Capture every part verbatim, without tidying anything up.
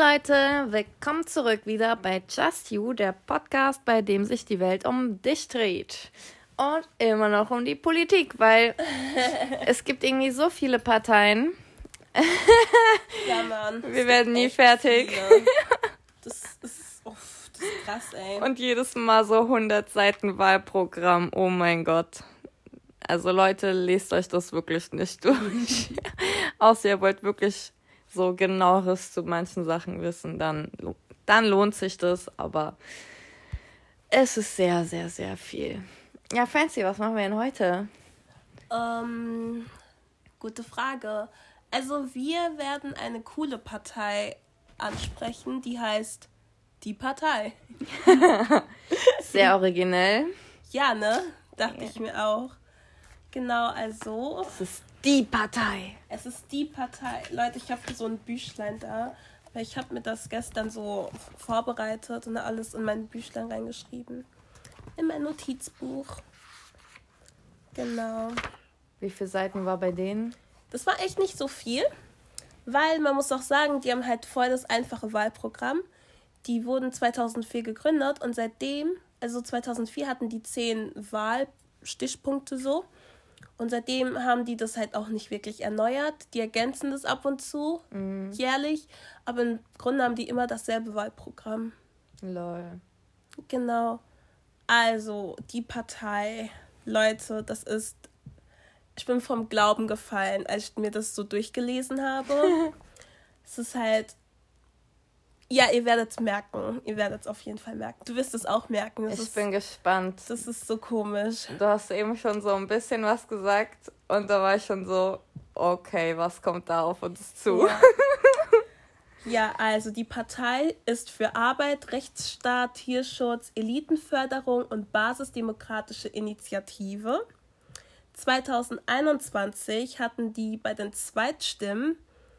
Leute, willkommen zurück wieder bei Just You, der Podcast, bei dem sich die Welt um dich dreht. Und immer noch um die Politik, weil es gibt irgendwie so viele Parteien. Ja, Mann. Wir werden nie fertig. Das ist, oh, das ist krass, ey. Und jedes Mal so hundert Seiten Wahlprogramm, oh mein Gott. Also Leute, lest euch das wirklich nicht durch. Außer ihr wollt wirklich so genaueres zu manchen Sachen wissen, dann, dann lohnt sich das, aber es ist sehr, sehr, sehr viel. Ja, Fancy, was machen wir denn heute? Ähm, gute Frage. Also wir werden eine coole Partei ansprechen, die heißt Die Partei. Sehr originell. Ja, ne? Dachte ja. ich mir auch. Genau, also... Es ist die Partei. Es ist die Partei. Leute, ich habe so ein Büchlein da, weil ich habe mir das gestern so vorbereitet und alles in mein Büchlein reingeschrieben. In mein Notizbuch. Genau. Wie viele Seiten war bei denen? Das war echt nicht so viel, weil man muss auch sagen, die haben halt voll das einfache Wahlprogramm. Die wurden zweitausendvier gegründet und seitdem, also zweitausendvier hatten die zehn Wahlstichpunkte so. Und seitdem haben die das halt auch nicht wirklich erneuert. Die ergänzen das ab und zu, mm. jährlich. Aber im Grunde haben die immer dasselbe Wahlprogramm. Lol. Genau. Also, die Partei, Leute, das ist... Ich bin vom Glauben gefallen, als ich mir das so durchgelesen habe. Es ist halt... Ja, ihr werdet es merken. Ihr werdet es auf jeden Fall merken. Du wirst es auch merken. Das ich ist, bin gespannt. Das ist so komisch. Du hast eben schon so ein bisschen was gesagt und da war ich schon so, okay, was kommt da auf uns zu? Ja, ja, also die Partei ist für Arbeit, Rechtsstaat, Tierschutz, Elitenförderung und basisdemokratische Initiative. zweitausendeinundzwanzig hatten die bei den Zweitstimmen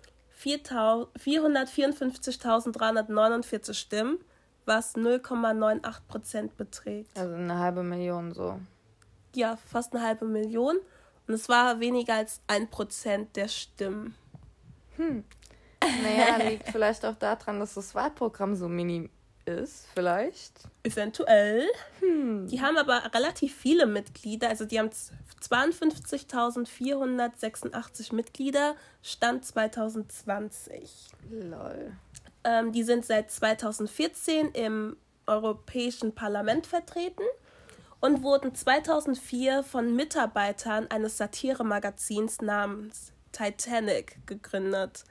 vierhundertvierundfünfzigtausenddreihundertneunundvierzig Stimmen, was null Komma achtzig Prozent beträgt. Also eine halbe Million so. Ja, fast eine halbe Million. Und es war weniger als ein Prozent der Stimmen. Hm. Naja, liegt vielleicht auch daran, dass das Wahlprogramm so mini ist, vielleicht. Eventuell. Hm. Die haben aber relativ viele Mitglieder. Also die haben zweiundfünfzigtausendvierhundertsechsundachtzig Mitglieder, Stand zweitausendzwanzig. Lol. Ähm, die sind seit zweitausendvierzehn im Europäischen Parlament vertreten und wurden zweitausendvier von Mitarbeitern eines Satiremagazins namens Titanic gegründet.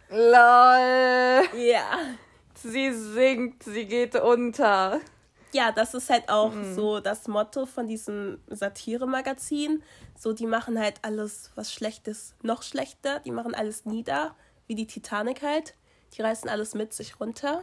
Lol. Ja. Sie sinkt, sie geht unter. Ja, das ist halt auch mhm. so das Motto von diesem Satiremagazin. So, die machen halt alles, was schlecht ist, noch schlechter. Die machen alles nieder, wie die Titanic halt. Die reißen alles mit sich runter.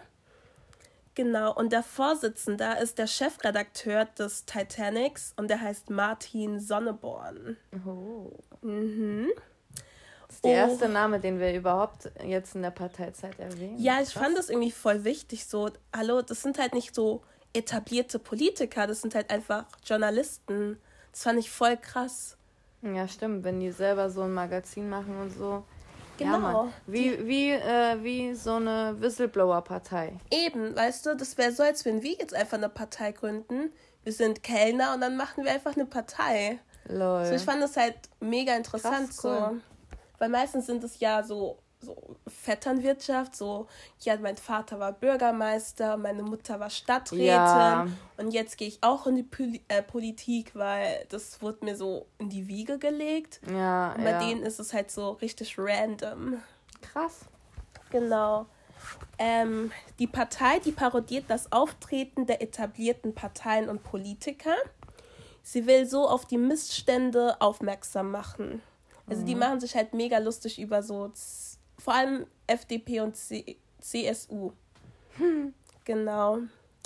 Genau, und der Vorsitzende ist der Chefredakteur des Titanics und der heißt Martin Sonneborn. Oh. Mhm. Das ist der oh. erste Name, den wir überhaupt jetzt in der Parteizeit erwähnen. Ja, ich Krass. fand das irgendwie voll wichtig. So, hallo, das sind halt nicht so etablierte Politiker, das sind halt einfach Journalisten. Das fand ich voll krass. Ja, stimmt, wenn die selber so ein Magazin machen und so. Genau. Ja, Mann. Wie, wie, äh, wie so eine Whistleblower-Partei. Eben, weißt du, das wäre so, als wenn wir jetzt einfach eine Partei gründen. Wir sind Kellner und dann machen wir einfach eine Partei. Lol. So, ich fand das halt mega interessant. Krass, cool. So. Weil meistens sind es ja so, so Vetternwirtschaft, so, ja, mein Vater war Bürgermeister, meine Mutter war Stadträtin ja. und jetzt gehe ich auch in die Poli- äh, Politik, weil das wurde mir so in die Wiege gelegt. Ja, und bei ja. denen ist es halt so richtig random. Krass. Genau. Ähm, die Partei, die parodiert das Auftreten der etablierten Parteien und Politiker. Sie will so auf die Missstände aufmerksam machen. Also die machen sich halt mega lustig über so, z- vor allem F D P und C- CSU. Hm. Genau.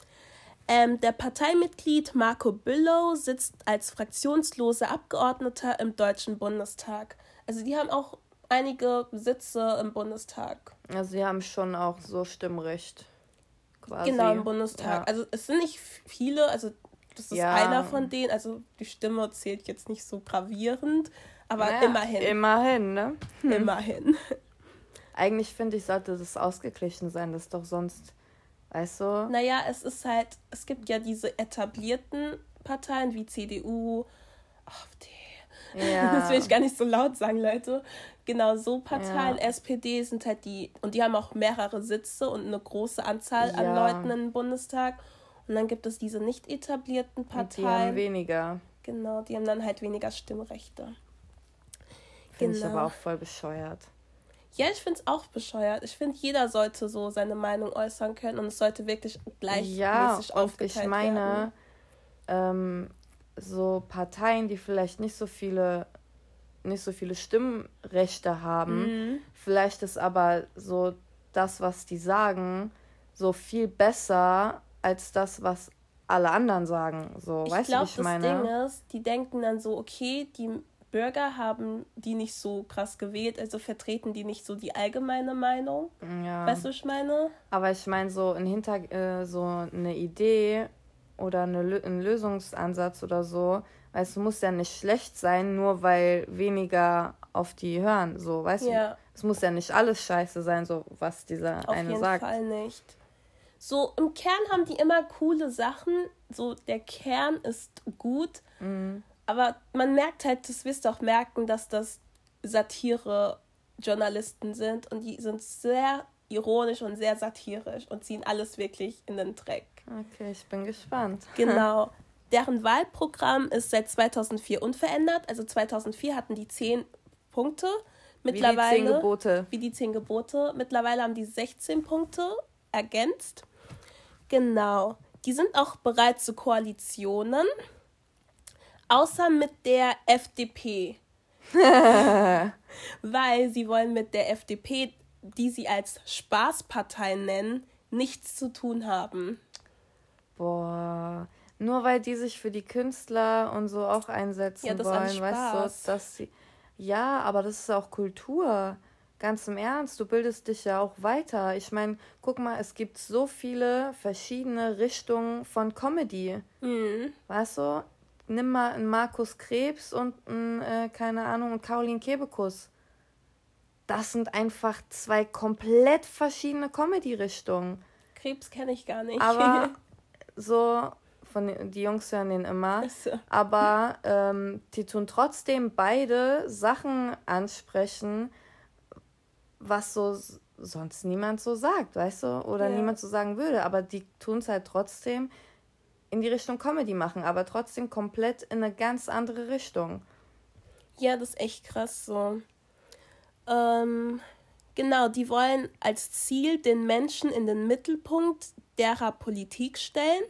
Ähm, der Parteimitglied Marco Bülow sitzt als fraktionsloser Abgeordneter im Deutschen Bundestag. Also die haben auch einige Sitze im Bundestag. Also sie haben schon auch so Stimmrecht. Quasi. Genau, im Bundestag. Ja. Also es sind nicht viele, also das ist ja. einer von denen. Also die Stimme zählt jetzt nicht so gravierend. Aber naja, immerhin. Immerhin, ne? Hm. Immerhin. eigentlich finde ich, sollte das ausgeglichen sein. Das ist doch sonst, weißt du? Naja, es ist halt, es gibt ja diese etablierten Parteien wie C D U, AfD. Ja. Das will ich gar nicht so laut sagen, Leute. Genau, so Parteien, ja. S P D sind halt die, und die haben auch mehrere Sitze und eine große Anzahl ja. an Leuten im Bundestag. Und dann gibt es diese nicht etablierten Parteien. Und die haben weniger. Genau, die haben dann halt weniger Stimmrechte. Finde genau. ich aber auch voll bescheuert. Ja, ich finde es auch bescheuert. Ich finde, jeder sollte so seine Meinung äußern können und es sollte wirklich gleichmäßig ja, aufgeteilt werden. Ich meine, ähm, so Parteien, die vielleicht nicht so viele, nicht so viele Stimmrechte haben, mhm. vielleicht ist aber so das, was die sagen, so viel besser als das, was alle anderen sagen. So, ich weißt du, wie ich meine? Ich glaube, das Ding ist, die denken dann so, okay, die Bürger haben die nicht so krass gewählt, also vertreten die nicht so die allgemeine Meinung. Ja. Weißt du, was ich meine? Aber ich meine, so ein Hinter, äh, so eine Idee oder eine, ein Lösungsansatz oder so, weißt du, muss ja nicht schlecht sein, nur weil weniger auf die hören, so, weißt ja. du? Es muss ja nicht alles scheiße sein, so was dieser auf eine sagt. Auf jeden Fall nicht. So, im Kern haben die immer coole Sachen, so der Kern ist gut, mhm. aber man merkt halt, das wirst du auch merken, dass das Satire-Journalisten sind und die sind sehr ironisch und sehr satirisch und ziehen alles wirklich in den Dreck. Okay, ich bin gespannt. Genau. Deren Wahlprogramm ist seit zweitausendvier unverändert. Also zweitausendvier hatten die zehn Punkte. Mittlerweile, wie die zehn Gebote. Wie die zehn Gebote. Mittlerweile haben die sechzehn Punkte ergänzt. Genau. Die sind auch bereit zu Koalitionen. Außer mit der F D P. Weil sie wollen mit der F D P, die sie als Spaßpartei nennen, nichts zu tun haben. Boah, nur weil die sich für die Künstler und so auch einsetzen ja, das wollen, ist weißt du, dass sie. Ja, aber das ist auch Kultur. Ganz im Ernst, du bildest dich ja auch weiter. Ich meine, guck mal, es gibt so viele verschiedene Richtungen von Comedy. Mhm. Weißt du? Nimm mal einen Markus Krebs und einen, äh, keine Ahnung, einen Caroline Kebekus. Das sind einfach zwei komplett verschiedene Comedy-Richtungen. Krebs kenne ich gar nicht. Aber so, von den, die Jungs hören den immer, so. aber ähm, die tun trotzdem beide Sachen ansprechen, was so sonst niemand so sagt, weißt du? Oder ja. niemand so sagen würde. Aber die tun es halt trotzdem in die Richtung Comedy machen, aber trotzdem komplett in eine ganz andere Richtung. Ja, das ist echt krass so. Ähm, genau, die wollen als Ziel den Menschen in den Mittelpunkt derer Politik stellen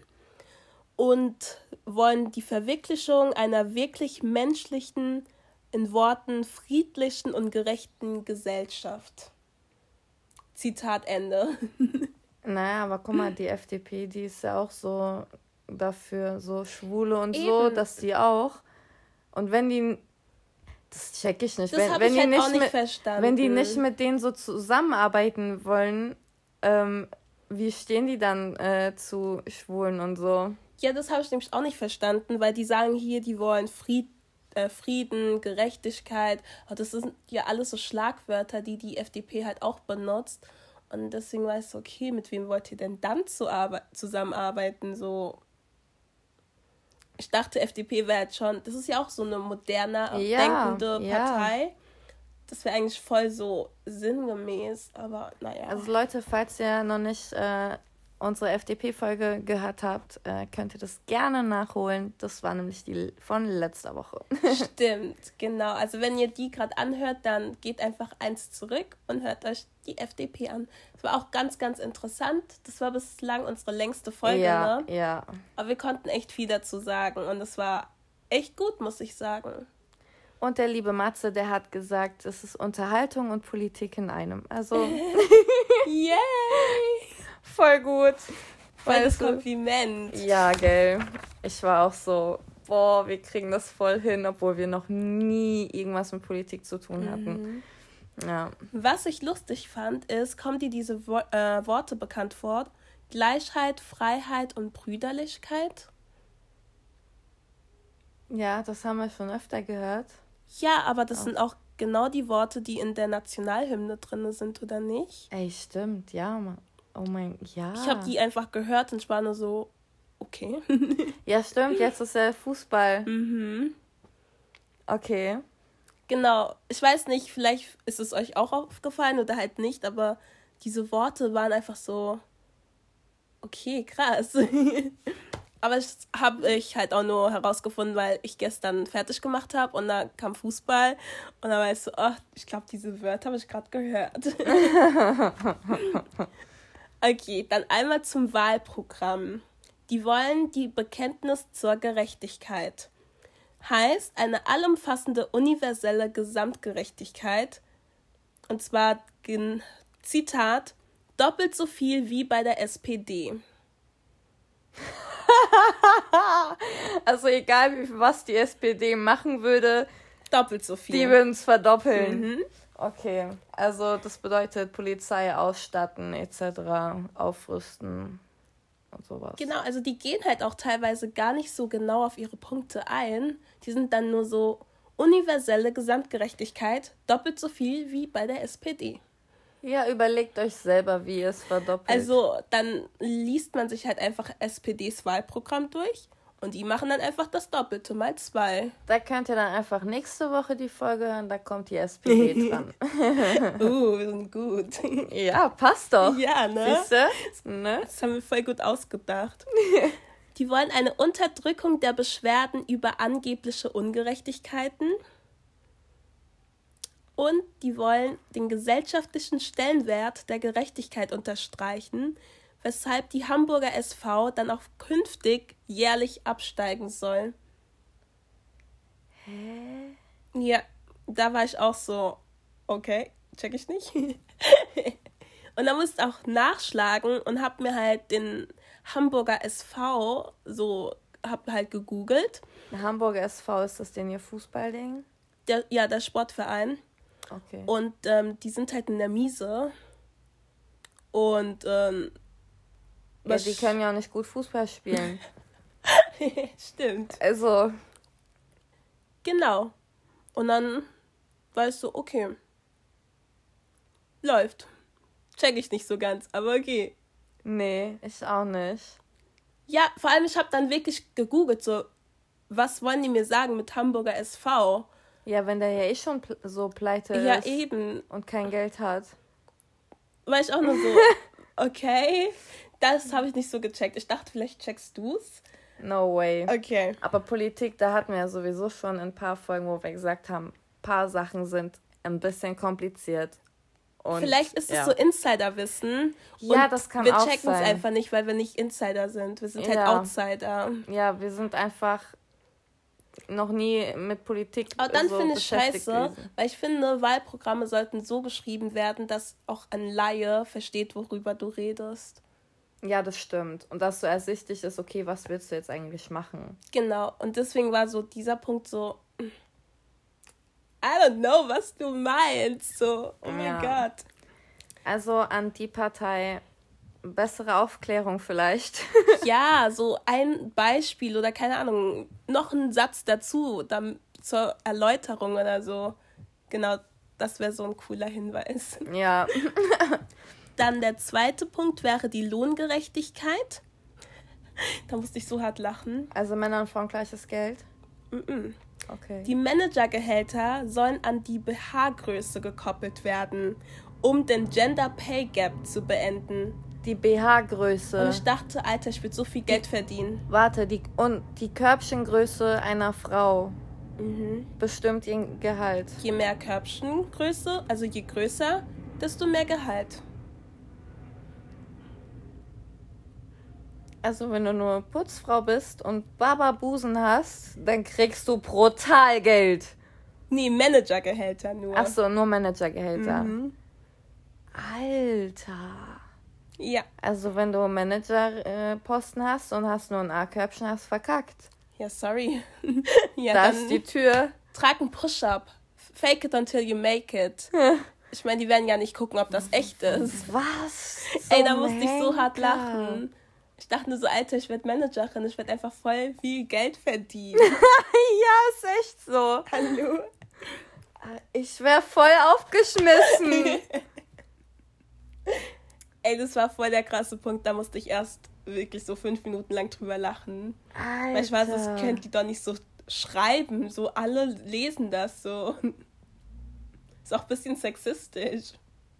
und wollen die Verwirklichung einer wirklich menschlichen, in Worten friedlichen und gerechten Gesellschaft. Zitat Ende. Naja, aber guck mal, die F D P, die ist ja auch so dafür, so Schwule und Eben. so, dass die auch. Und wenn die, das check ich nicht. Das wenn, wenn ich die halt nicht, auch nicht mit, verstanden. Wenn die nicht mit denen so zusammenarbeiten wollen, ähm, wie stehen die dann äh, zu Schwulen und so? Ja, das habe ich nämlich auch nicht verstanden, weil die sagen hier, die wollen Fried, äh, Frieden, Gerechtigkeit. Aber das sind ja alles so Schlagwörter, die die F D P halt auch benutzt. Und deswegen war ich so, okay, mit wem wollt ihr denn dann zu arbe- zusammenarbeiten? So, ich dachte, F D P wäre jetzt schon, das ist ja auch so eine moderne, ja, denkende ja. Partei. Das wäre eigentlich voll so sinngemäß, aber naja. Also Leute, falls ihr noch nicht äh, unsere F D P-Folge gehört habt, äh, könnt ihr das gerne nachholen. Das war nämlich die von letzter Woche. Stimmt, genau. Also wenn ihr die gerade anhört, dann geht einfach eins zurück und hört euch die F D P an. Das war auch ganz, ganz interessant. Das war bislang unsere längste Folge, ja, ne? Ja, aber wir konnten echt viel dazu sagen und es war echt gut, muss ich sagen. Und der liebe Matze, der hat gesagt, es ist Unterhaltung und Politik in einem. Also, yay! Voll gut. Voll das Kompliment. Ja, gell. Ich war auch so, boah, wir kriegen das voll hin, obwohl wir noch nie irgendwas mit Politik zu tun hatten. Mhm. Ja. Was ich lustig fand, ist, kommen dir diese Wo- äh, Worte bekannt vor? Gleichheit, Freiheit und Brüderlichkeit? Ja, das haben wir schon öfter gehört. Ja, aber das oh. sind auch genau die Worte, die in der Nationalhymne drin sind, oder nicht? Ey, stimmt, ja. Ma- Oh mein, ja. Ich habe die einfach gehört und ich war nur so, okay. Ja, stimmt, jetzt ist ja Fußball. mhm. Okay. Genau, ich weiß nicht, vielleicht ist es euch auch aufgefallen oder halt nicht, aber diese Worte waren einfach so, okay, krass. Aber das habe ich halt auch nur herausgefunden, weil ich gestern fertig gemacht habe und dann kam Fußball und dann war ich so, ach, ich glaube, diese Wörter habe ich gerade gehört. Okay, dann einmal zum Wahlprogramm. Die wollen die Bekenntnis zur Gerechtigkeit. Heißt eine allumfassende universelle Gesamtgerechtigkeit. Und zwar, Zitat, doppelt so viel wie bei der S P D. Also egal, wie, was die S P D machen würde, doppelt so viel. Die würden es verdoppeln. Mhm. Okay, also das bedeutet Polizei ausstatten et cetera, aufrüsten und sowas. Genau, also die gehen halt auch teilweise gar nicht so genau auf ihre Punkte ein. Die sind dann nur so universelle Gesamtgerechtigkeit, doppelt so viel wie bei der S P D. Ja, überlegt euch selber, wie ihr es verdoppelt. Also dann liest man sich halt einfach S P Ds Wahlprogramm durch und die machen dann einfach das Doppelte mal zwei. Da könnt ihr dann einfach nächste Woche die Folge hören, da kommt die S P D dran. Uh, wir sind gut. Ja, passt doch. Ja, ne? Siehste? Ne? Das haben wir voll gut ausgedacht. Die wollen eine Unterdrückung der Beschwerden über angebliche Ungerechtigkeiten. Und die wollen den gesellschaftlichen Stellenwert der Gerechtigkeit unterstreichen, weshalb die Hamburger S V dann auch künftig jährlich absteigen soll. Hä? Ja, da war ich auch so, okay, check ich nicht. Und dann musste ich auch nachschlagen und hab mir halt den Hamburger S V so, hab halt gegoogelt. Der Hamburger S V, ist das denn ihr Fußballding? Der, ja, der Sportverein. Okay. Und ähm, die sind halt in der Miese. Und ähm, Ja, die können ja auch nicht gut Fußball spielen. Stimmt. Also. Genau. Und dann weißt du, okay. Läuft. Check ich nicht so ganz, aber okay. Nee, ich auch nicht. Ja, vor allem, ich habe dann wirklich gegoogelt, so, was wollen die mir sagen mit Hamburger S V? Ja, wenn der ja eh schon pl- so pleite Ja, ist eben. und kein Geld hat. War ich auch nur so, okay. Das habe ich nicht so gecheckt. Ich dachte, vielleicht checkst du's. No way. Okay. Aber Politik, da hatten wir ja sowieso schon ein paar Folgen, wo wir gesagt haben, ein paar Sachen sind ein bisschen kompliziert. Und, vielleicht ist es ja. so Insiderwissen. Ja, und das kann wir auch checken es sein. einfach nicht, weil wir nicht Insider sind. Wir sind halt Ja. Outsider. Ja, wir sind einfach noch nie mit Politik Aber dann so finde ich beschäftigt scheiße, gewesen. weil ich finde, Wahlprogramme sollten so geschrieben werden, dass auch ein Laie versteht, worüber du redest. Ja, das stimmt. Und dass so ersichtlich ist, okay, was willst du jetzt eigentlich machen? Genau. Und deswegen war so dieser Punkt so, I don't know, was du meinst. So, oh mein Ja. Gott. Also an die Partei, bessere Aufklärung vielleicht. Ja, so ein Beispiel oder keine Ahnung, noch ein Satz dazu, dann zur Erläuterung oder so. Genau, das wäre so ein cooler Hinweis. Ja. Dann der zweite Punkt wäre die Lohngerechtigkeit. Da musste ich so hart lachen. Also Männer und Frauen gleiches Geld? Mm-mm. Okay. Die Managergehälter sollen an die B H-Größe gekoppelt werden, um den Gender Pay Gap zu beenden. Die B H-Größe. Und ich dachte, Alter, ich will so viel Geld verdienen. Warte, die, und die Körbchengröße einer Frau Mhm. bestimmt ihr Gehalt. Je mehr Körbchengröße, also je größer, desto mehr Gehalt. Also wenn du nur Putzfrau bist und Baba-Busen hast, dann kriegst du brutal Geld. Nee, Managergehälter nur. Ach so, nur Managergehälter. Mhm. Alter. Ja. Also wenn du Managerposten hast und hast nur ein A-Körbchen, hast verkackt. Ja, sorry. Ja, Da dann ist die Tür. trag ein Push-Up. Fake it until you make it. Ich meine, die werden ja nicht gucken, ob das echt ist. Was? Ey, So da musste ich so hart Henker. lachen. Ich dachte nur so, Alter, ich werde Managerin. Ich werde einfach voll viel Geld verdienen. Ja, ist echt so. Hallo? Ich wäre voll aufgeschmissen. Ey, das war voll der krasse Punkt. Da musste ich erst wirklich so fünf Minuten lang drüber lachen. Alter. Weil ich weiß, das könnt ihr doch nicht so schreiben. So alle lesen das so. Ist auch ein bisschen sexistisch.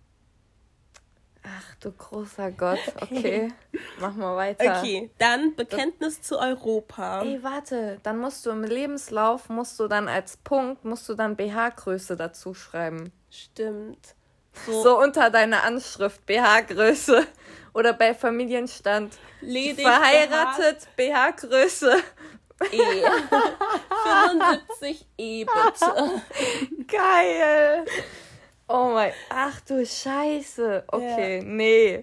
Ach du großer Gott. Okay, mach mal weiter. Okay, dann Bekenntnis das, zu Europa. Ey, warte. Dann musst du im Lebenslauf, musst du dann als Punkt, musst du dann B H-Größe dazu schreiben. Stimmt. So, so unter deiner Anschrift, B H-Größe. Oder bei Familienstand. Ledig verheiratet, B H-Größe. E. fünfundsiebzig E, bitte. Geil. Oh mein, ach du Scheiße. Okay, ja. Nee.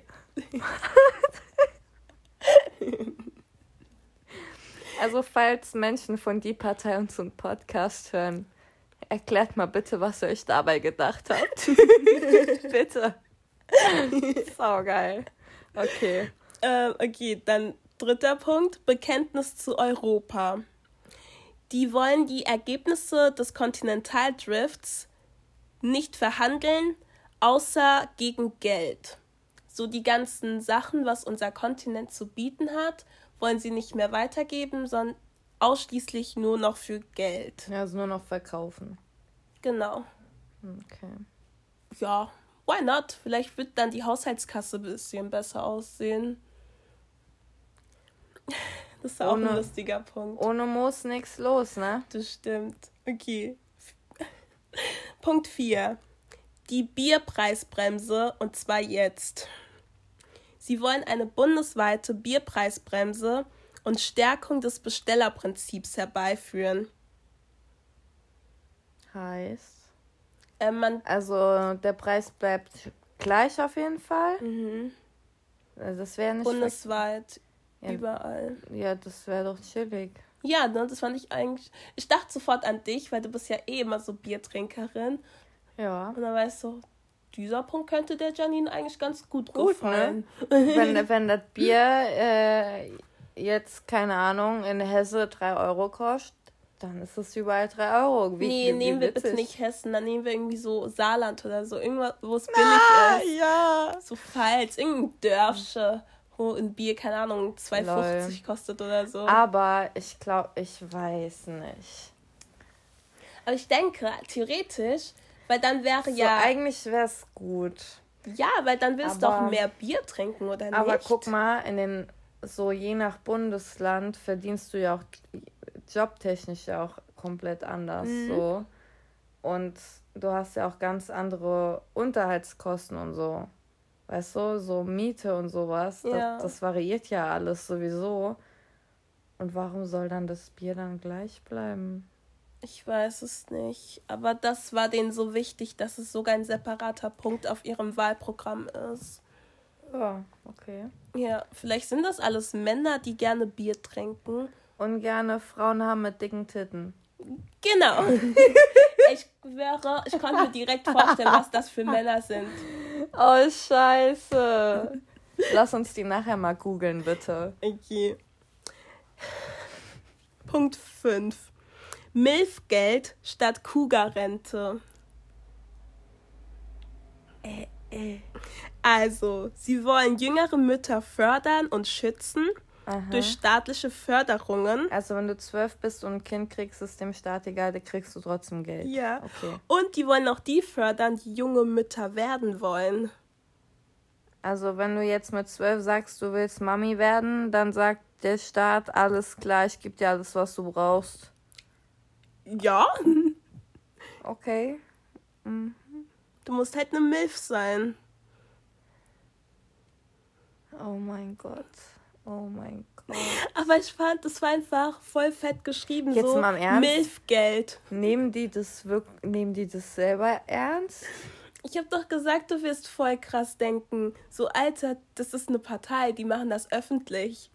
Also, falls Menschen von die Partei unseren Podcast hören, erklärt mal bitte, was ihr euch dabei gedacht habt. Bitte. Saugeil. Okay. Ähm, okay, dann dritter Punkt, Bekenntnis zu Europa. Die wollen die Ergebnisse des Kontinentaldrifts nicht verhandeln, außer gegen Geld. So die ganzen Sachen, was unser Kontinent zu bieten hat, wollen sie nicht mehr weitergeben, sondern ausschließlich nur noch für Geld. Ja, also nur noch verkaufen. Genau. Okay. Ja, why not? Vielleicht wird dann die Haushaltskasse ein bisschen besser aussehen. Das ist auch ohne, ein lustiger Punkt. Ohne Moos nichts los, ne? Das stimmt. Okay. Punkt vier. Die Bierpreisbremse, und zwar jetzt. Sie wollen eine bundesweite Bierpreisbremse und Stärkung des Bestellerprinzips herbeiführen. Heißt? Äh, man also der Preis bleibt gleich auf jeden Fall? Mhm. Also das wäre nicht... Bundesweit, ja, überall. Ja, das wäre doch chillig. Ja, ne, das fand ich eigentlich... Ich dachte sofort an dich, weil du bist ja eh immer so Biertrinkerin. Ja. Und dann weißt du, dieser Punkt könnte der Janine eigentlich ganz gut, gut gefallen. Ne? wenn, wenn das Bier äh, jetzt, keine Ahnung, in Hesse drei Euro kostet, dann ist es überall drei Euro. Wie, nee, wie, nehmen wie wir witzig. bitte nicht Hessen, dann nehmen wir irgendwie so Saarland oder so. Irgendwas, wo es billig ah, ist. Ja. So Pfalz, irgendein Dörfsche, wo ein Bier, keine Ahnung, zwei fünfzig kostet oder so. Aber ich glaube, ich weiß nicht. Aber ich denke, theoretisch, weil dann wäre so, ja... eigentlich wäre es gut. Ja, weil dann willst du doch mehr Bier trinken, oder nicht? Aber guck mal, in den, so je nach Bundesland verdienst du ja auch jobtechnisch ja auch komplett anders. Mhm. So. Und du hast ja auch ganz andere Unterhaltskosten und so. Weißt du, so Miete und sowas. Ja. Das, das variiert ja alles sowieso. Und warum soll dann das Bier dann gleich bleiben? Ich weiß es nicht. Aber das war denen so wichtig, dass es sogar ein separater Punkt auf ihrem Wahlprogramm ist. Ja, okay. Ja, vielleicht sind das alles Männer, die gerne Bier trinken. Und gerne Frauen haben mit dicken Titten. Genau. Ich wäre, ich konnte mir direkt vorstellen, was das für Männer sind. Oh, scheiße. Lass uns die nachher mal googeln, bitte. Okay. Punkt fünf. Milfgeld statt Kuga-Rente. Äh, äh. Also, sie wollen jüngere Mütter fördern und schützen. Aha. Durch staatliche Förderungen. Also wenn du zwölf bist und ein Kind kriegst, ist dem Staat egal, da kriegst du trotzdem Geld. Ja. Okay. Und die wollen auch die fördern, die junge Mütter werden wollen. Also wenn du jetzt mit zwölf sagst, du willst Mami werden, dann sagt der Staat, alles klar, ich gebe dir alles, was du brauchst. Ja. Okay. Mhm. Du musst halt eine Milf sein. Oh mein Gott. Oh mein Gott. Aber ich fand, das war einfach voll fett geschrieben. Jetzt so mal im Ernst? Milfgeld. Nehmen die das wirklich, nehmen die das selber ernst? Ich hab doch gesagt, du wirst voll krass denken. So, Alter, das ist eine Partei, die machen das öffentlich.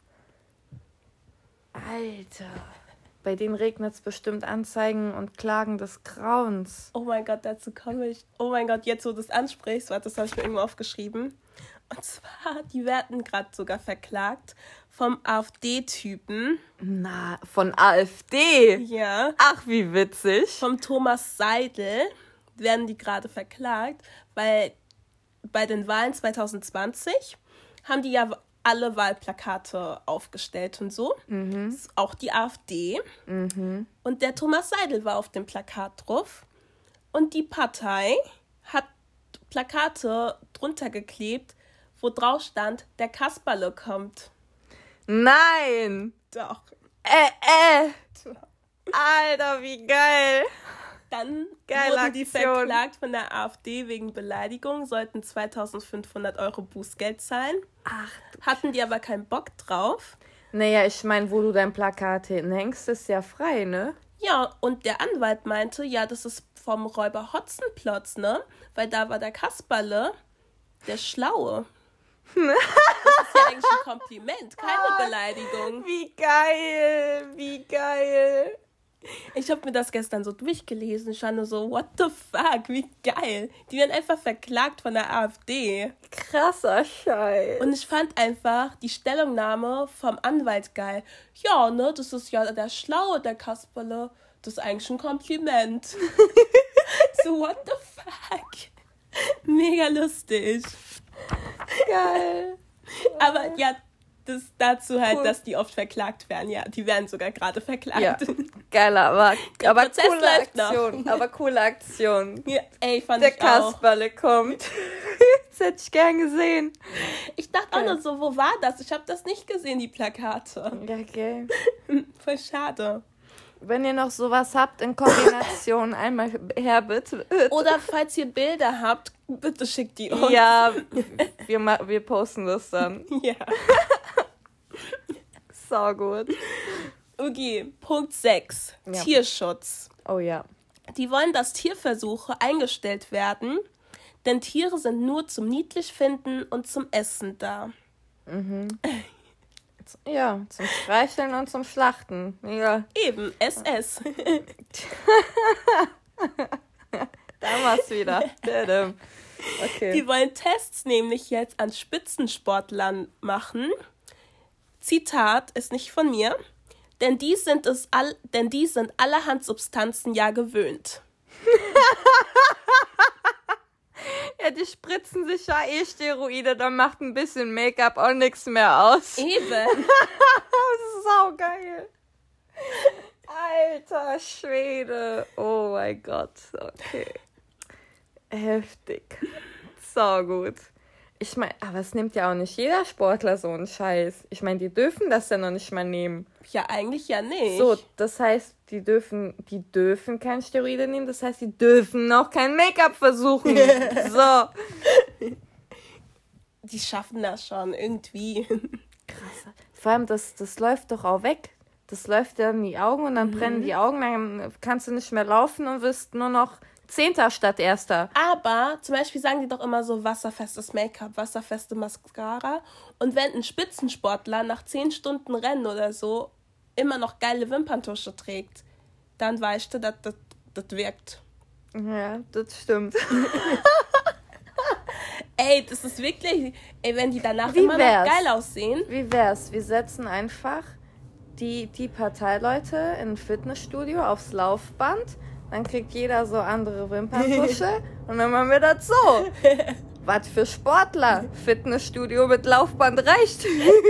Alter. Bei denen regnet es bestimmt Anzeigen und Klagen des Grauens. Oh mein Gott, dazu komme ich. Oh mein Gott, jetzt wo du das ansprichst, warte, das habe ich mir irgendwo aufgeschrieben. Und zwar, die werden gerade sogar verklagt vom AfD-Typen. Na, von AfD? Ja. Ach, wie witzig. Vom Thomas Seidel. werden die gerade verklagt, weil bei den Wahlen zwanzig zwanzig haben die ja alle Wahlplakate aufgestellt und so. Mhm. Auch die AfD. Mhm. Und der Thomas Seidel war auf dem Plakat drauf. Und die Partei hat Plakate drunter geklebt, wo drauf stand, der Kasperle kommt. Nein! Doch. Äh, äh! Alter, wie geil! Dann Geile wurden die Aktion. verklagt von der AfD wegen Beleidigung, sollten zweitausendfünfhundert Euro Bußgeld zahlen. Ach, Hatten die aber keinen Bock drauf. naja, ich meine, wo du dein Plakat hinhängst, ist ja frei, ne? Ja, und der Anwalt meinte, ja, das ist vom Räuber Hotzenplotz, ne? Weil da war der Kasperle, der Schlaue. Das ist ja eigentlich ein Kompliment, keine Beleidigung. Wie geil! Wie geil! Ich habe mir das gestern so durchgelesen. Ich war nur so, what the fuck, wie geil. Die werden einfach verklagt von der AfD. Krasser Scheiß. Und ich fand einfach die Stellungnahme vom Anwalt geil. Ja, ne, das ist ja der Schlaue, der Kasperle. Das ist eigentlich ein Kompliment. So, what the fuck. Mega lustig. Geil. Aber ja, das dazu halt, Cool. dass die oft verklagt werden. Ja, die werden sogar gerade verklagt. Ja, geil, aber, Der aber Prozess coole läuft noch. Aktion. Aber coole Aktion. Ja, ey, fand Der ich auch. Kasperle kommt. Das hätte ich gern gesehen. Ich dachte auch nur so, wo war das? Ich habe das nicht gesehen, die Plakate. Ja, okay. Voll schade. Wenn ihr noch sowas habt in Kombination, einmal her bitte. Oder falls ihr Bilder habt, bitte schickt die uns. Ja, wir, ma- wir posten das dann. Ja. Sau gut. Okay, Punkt sechs. Ja. Tierschutz. Oh ja. Die wollen, dass Tierversuche eingestellt werden, denn Tiere sind nur zum Niedlichfinden und zum Essen da. Ja, zum Streicheln und zum Schlachten. Ja, Eben, S S. damals wieder. Tadam. Okay. Die wollen Tests nämlich jetzt an Spitzensportlern machen. Zitat ist nicht von mir. Denn die sind es all, denn die sind allerhand Substanzen ja gewöhnt. Ja, die spritzen sich ja eh Steroide, dann macht ein bisschen Make-up auch nichts mehr aus. Eben. Das ist saugeil. Alter Schwede. Oh mein Gott. Okay. Heftig. Sau gut. Ich meine, aber es nimmt ja auch nicht jeder Sportler so einen Scheiß. Ich meine, die dürfen das ja noch nicht mal nehmen. Ja, eigentlich ja nicht. So, das heißt, die dürfen, die dürfen kein Steroide nehmen, das heißt, die dürfen noch kein Make-up versuchen. So. Die schaffen das schon irgendwie. Krass. Vor allem, das, das läuft doch auch weg. Das läuft ja in die Augen und dann Mhm. brennen die Augen, dann kannst du nicht mehr laufen und wirst nur noch Zehnter statt Erster. Aber zum Beispiel sagen die doch immer so wasserfestes Make-up, wasserfeste Mascara. Und wenn ein Spitzensportler nach zehn Stunden Rennen oder so immer noch geile Wimperntusche trägt, dann weißt du, dass das, das wirkt. Ja, das stimmt. Ey, das ist wirklich, ey, wenn die danach Wie immer wär's? noch geil aussehen. Wie wär's? Wir setzen einfach die, die Parteileute in ein Fitnessstudio aufs Laufband, dann kriegt jeder so andere Wimperntusche und dann machen wir das so. Was für Sportler? Fitnessstudio mit Laufband reicht.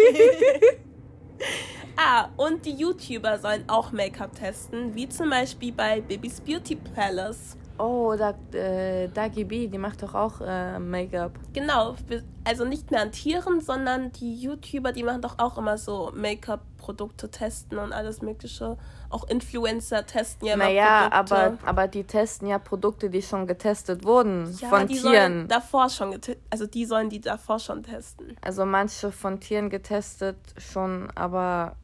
Ah, und die YouTuber sollen auch Make-up testen, wie zum Beispiel bei Bibis Beauty Palace. Oh, da, äh, Dagi B, die macht doch auch äh, Make-up. Genau, wir- also nicht mehr an Tieren, sondern die YouTuber, die machen doch auch immer so Make-up-Produkte testen und alles mögliche. Auch Influencer testen ja immer Naja, Produkte. aber, aber die testen ja Produkte, die schon getestet wurden ja, von die Tieren. sollen davor schon gete- also die sollen die davor schon testen. Also manche von Tieren getestet schon, aber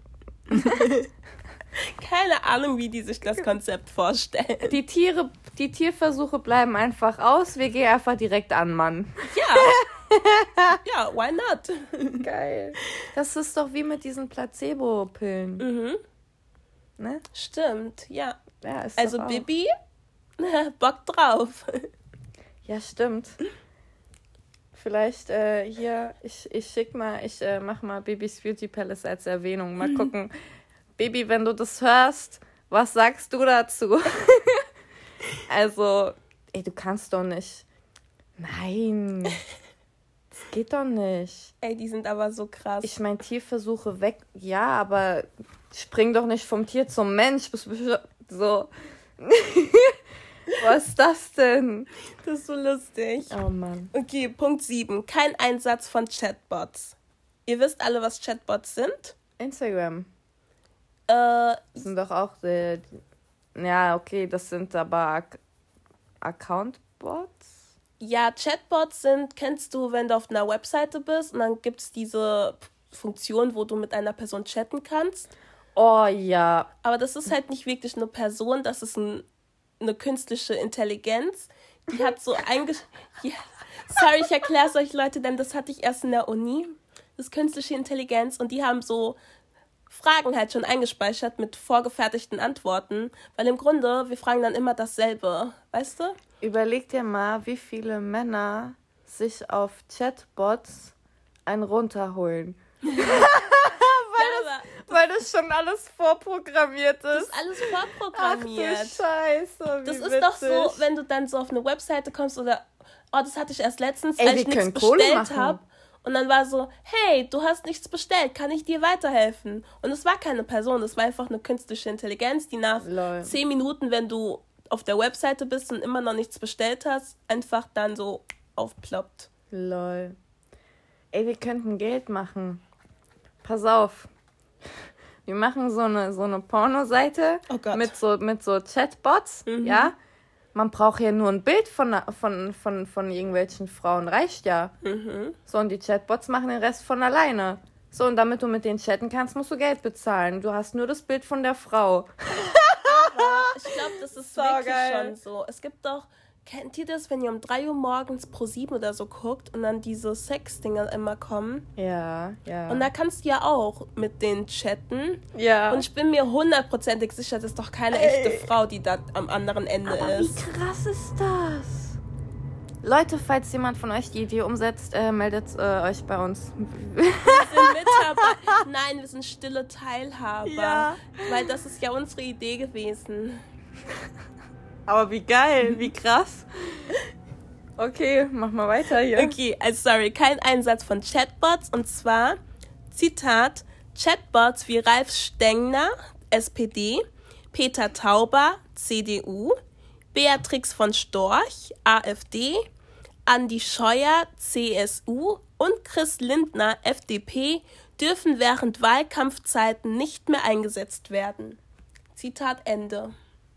Keine Ahnung, wie die sich das Konzept vorstellen. die Tiere, die Tierversuche bleiben einfach aus. Wir gehen einfach direkt an, Mann. Ja. Ja, why not? Geil. Das ist doch wie mit diesen Placebo-Pillen, Mhm, ne? stimmt, ja. Ja, ist Also doch auch. Bibi, Bock drauf. Ja, stimmt. Vielleicht äh, hier, ich, ich schick mal, ich äh, mach mal Bibis Beauty Palace als Erwähnung. Mal gucken. Baby, wenn du das hörst, was sagst du dazu? Also, Ey, du kannst doch nicht. Nein. Das geht doch nicht. Ey, die sind aber so krass. Ich meine, Tierversuche weg. Ja, aber spring doch nicht vom Tier zum Mensch. Bist du so. Was ist das denn? Das ist so lustig. Oh Mann. Okay, Punkt sieben. Kein Einsatz von Chatbots. Ihr wisst alle, was Chatbots sind? Instagram. Äh, Das sind doch auch die, ja, okay, das sind aber Ac- Accountbots? ja, Chatbots sind, kennst du, wenn du auf einer Webseite bist und dann gibt es diese Funktion, wo du mit einer Person chatten kannst. Oh ja. Aber das ist halt nicht wirklich eine Person, das ist ein, eine künstliche Intelligenz. Die hat so eingesch... Ja. Sorry, ich erkläre es euch, Leute, denn das hatte ich erst in der Uni. Das ist künstliche Intelligenz und die haben so Fragen halt schon eingespeichert mit vorgefertigten Antworten, weil im Grunde, wir fragen dann immer dasselbe, weißt du? Überleg dir mal, wie viele Männer sich auf Chatbots einen runterholen. weil, Ja, das, weil das schon alles vorprogrammiert ist. das ist alles vorprogrammiert. Ach du Scheiße, wie Das ist witzig. doch so, wenn du dann so auf eine Webseite kommst oder, oh, das hatte ich erst letztens, Ey, als wir ich nichts können Kohle bestellt machen. habe. Und dann war so, hey, du hast nichts bestellt, kann ich dir weiterhelfen? Und es war keine Person, es war einfach eine künstliche Intelligenz, die nach Lol. zehn Minuten, wenn du auf der Webseite bist und immer noch nichts bestellt hast, einfach dann so aufploppt. Lol. Ey, wir könnten Geld machen. Pass auf. Wir machen so eine, so eine Pornoseite Oh Gott. mit so, mit so Chatbots, Mhm. ja. Man braucht ja nur ein Bild von, von, von, von irgendwelchen Frauen, reicht ja. Mhm. So, und die Chatbots machen den Rest von alleine. So, und damit du mit denen chatten kannst, musst du Geld bezahlen. Du hast nur das Bild von der Frau. Ich glaube, das ist So wirklich geil. schon so. Es gibt doch, kennt ihr das, wenn ihr um drei Uhr morgens pro sieben oder so guckt und dann diese Sex-Dinger immer kommen? Ja, ja. Und da kannst du ja auch mit denen chatten. ja. Und ich bin mir hundertprozentig sicher, das ist doch keine Ey. echte Frau, die da am anderen Ende Aber ist. wie krass ist das? Leute, falls jemand von euch die Idee umsetzt, äh, meldet äh, euch bei uns. Wir sind Mitarbeiter. Nein, wir sind stille Teilhaber. Ja. Weil das ist ja unsere Idee gewesen. Aber wie geil, wie krass. Okay, mach mal weiter hier. Okay, also sorry, kein Einsatz von Chatbots. Und zwar, Zitat, Chatbots wie Ralf Stengner, S P D, Peter Tauber, C D U, Beatrix von Storch, A f D, Andi Scheuer, C S U und Chris Lindner, F D P, dürfen während Wahlkampfzeiten nicht mehr eingesetzt werden. Zitat Ende.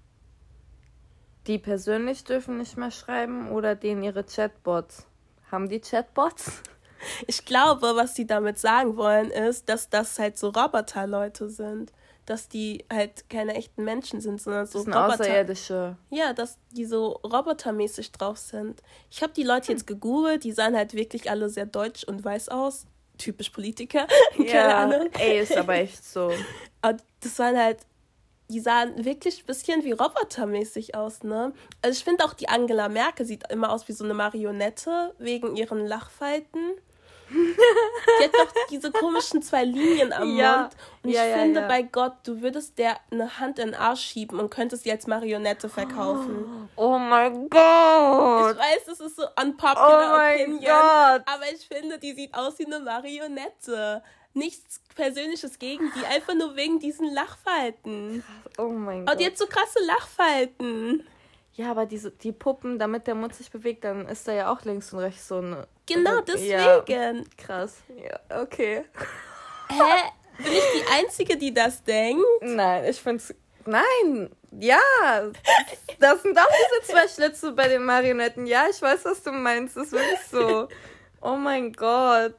Die persönlich dürfen nicht mehr schreiben oder denen ihre Chatbots. Haben die Chatbots? Ich glaube, was sie damit sagen wollen, ist, dass das halt so Roboterleute sind. Dass die halt keine echten Menschen sind, sondern so Das sind Roboter. Außerirdische. Ja, dass die so robotermäßig drauf sind. Ich habe die Leute jetzt gegoogelt, die sahen halt wirklich alle sehr deutsch und weiß aus. Typisch Politiker. Keine Ja, Ahnung. ey, ist aber echt so. Aber das waren halt, die sahen wirklich ein bisschen wie robotermäßig aus, ne? Also ich finde auch die Angela Merkel sieht immer aus wie so eine Marionette wegen ihren Lachfalten. Die hat doch diese komischen zwei Linien am Ja. Mund. Und Ja, ich ja, finde, ja. bei Gott, du würdest der eine Hand in den Arsch schieben und könntest sie als Marionette verkaufen. Oh mein Ich Gott. weiß, das ist so Oh unpopular mein opinion, Gott. aber ich finde, die sieht aus wie eine Marionette. Nichts Persönliches gegen die, einfach nur wegen diesen Lachfalten. Oh mein Aber Gott. die hat so krasse Lachfalten. Ja, aber diese, die Puppen, damit der Mund sich bewegt, dann ist da ja auch links und rechts so eine... Genau Ja, deswegen. krass. Ja, okay. Hä? Bin ich die Einzige, die das denkt? Nein, ich find's... Nein, ja, das sind auch diese zwei Schlitze bei den Marionetten. Ja, ich weiß, was du meinst. Das ist wirklich so. Oh mein Gott.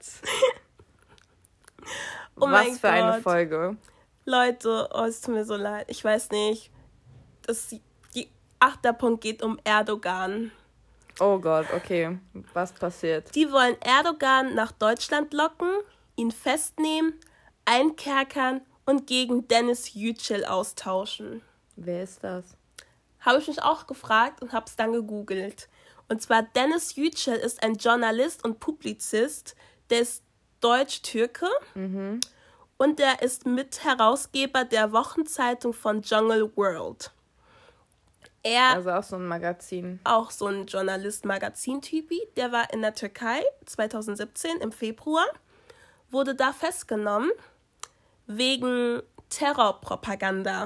Oh was mein für eine Gott. Folge. Leute, oh, es tut mir so leid. Ich weiß nicht. Das, die achter Punkt geht um Erdogan. Oh Gott, okay. Was passiert? Die wollen Erdogan nach Deutschland locken, ihn festnehmen, einkerkern und gegen Dennis Yücel austauschen. Wer ist das? Habe ich mich auch gefragt und habe es dann gegoogelt. Und zwar Dennis Yücel ist ein Journalist und Publizist, der ist Deutsch-Türke Mhm. und der ist Mitherausgeber der Wochenzeitung von Jungle World. Er, also auch so ein Magazin. Auch so ein Journalist-Magazin-Typi, der war in der Türkei zwanzig siebzehn im Februar, wurde da festgenommen wegen Terrorpropaganda.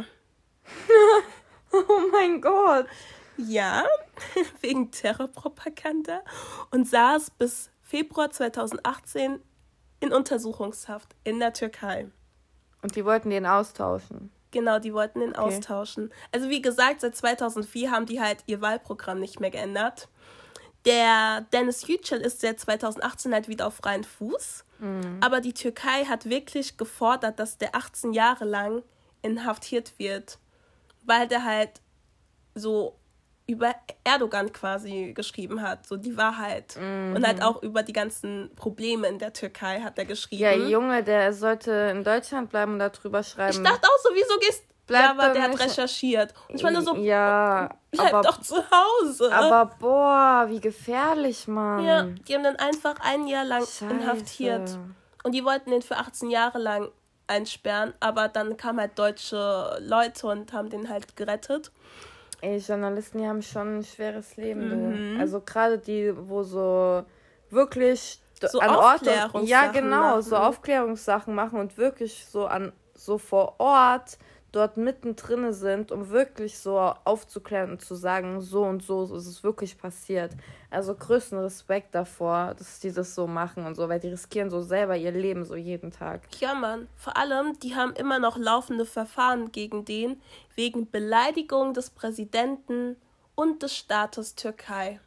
Oh mein Gott. Ja, wegen Terrorpropaganda und saß bis Februar zwanzig achtzehn in Untersuchungshaft in der Türkei. Und die wollten den austauschen. Genau, die wollten den Okay. austauschen. Also wie gesagt, seit zweitausendvier haben die halt ihr Wahlprogramm nicht mehr geändert. Der Dennis Yücel ist seit zwanzig achtzehn halt wieder auf freien Fuß. Mhm. Aber die Türkei hat wirklich gefordert, dass der achtzehn Jahre lang inhaftiert wird. Weil der halt so über Erdogan quasi geschrieben hat, so die Wahrheit. Mhm. Und halt auch über die ganzen Probleme in der Türkei hat er geschrieben. Ja, Junge, der sollte in Deutschland bleiben und darüber schreiben. Ich dachte auch so, wieso gehst Bleib ja, aber doch der hat nicht- recherchiert. Und ich meine so, Ja, bleib aber, doch zu Hause. aber boah, wie gefährlich, Mann. ja, die haben dann einfach ein Jahr lang Scheiße. inhaftiert. Und die wollten den für achtzehn Jahre lang einsperren, aber dann kamen halt deutsche Leute und haben den halt gerettet. Ey, Journalisten, die haben schon ein schweres Leben, Mhm. du. Also gerade die, wo so wirklich d- So an Ort und, Aufklärungssachen ja, genau, machen. so Aufklärungssachen machen und wirklich so an so vor Ort dort mittendrin sind, um wirklich so aufzuklären und zu sagen, so und so ist es wirklich passiert. Also größten Respekt davor, dass die das so machen und so, weil die riskieren so selber ihr Leben so jeden Tag. Ja, Mann. Vor allem, die haben immer noch laufende Verfahren gegen den wegen Beleidigung des Präsidenten und des Staates Türkei.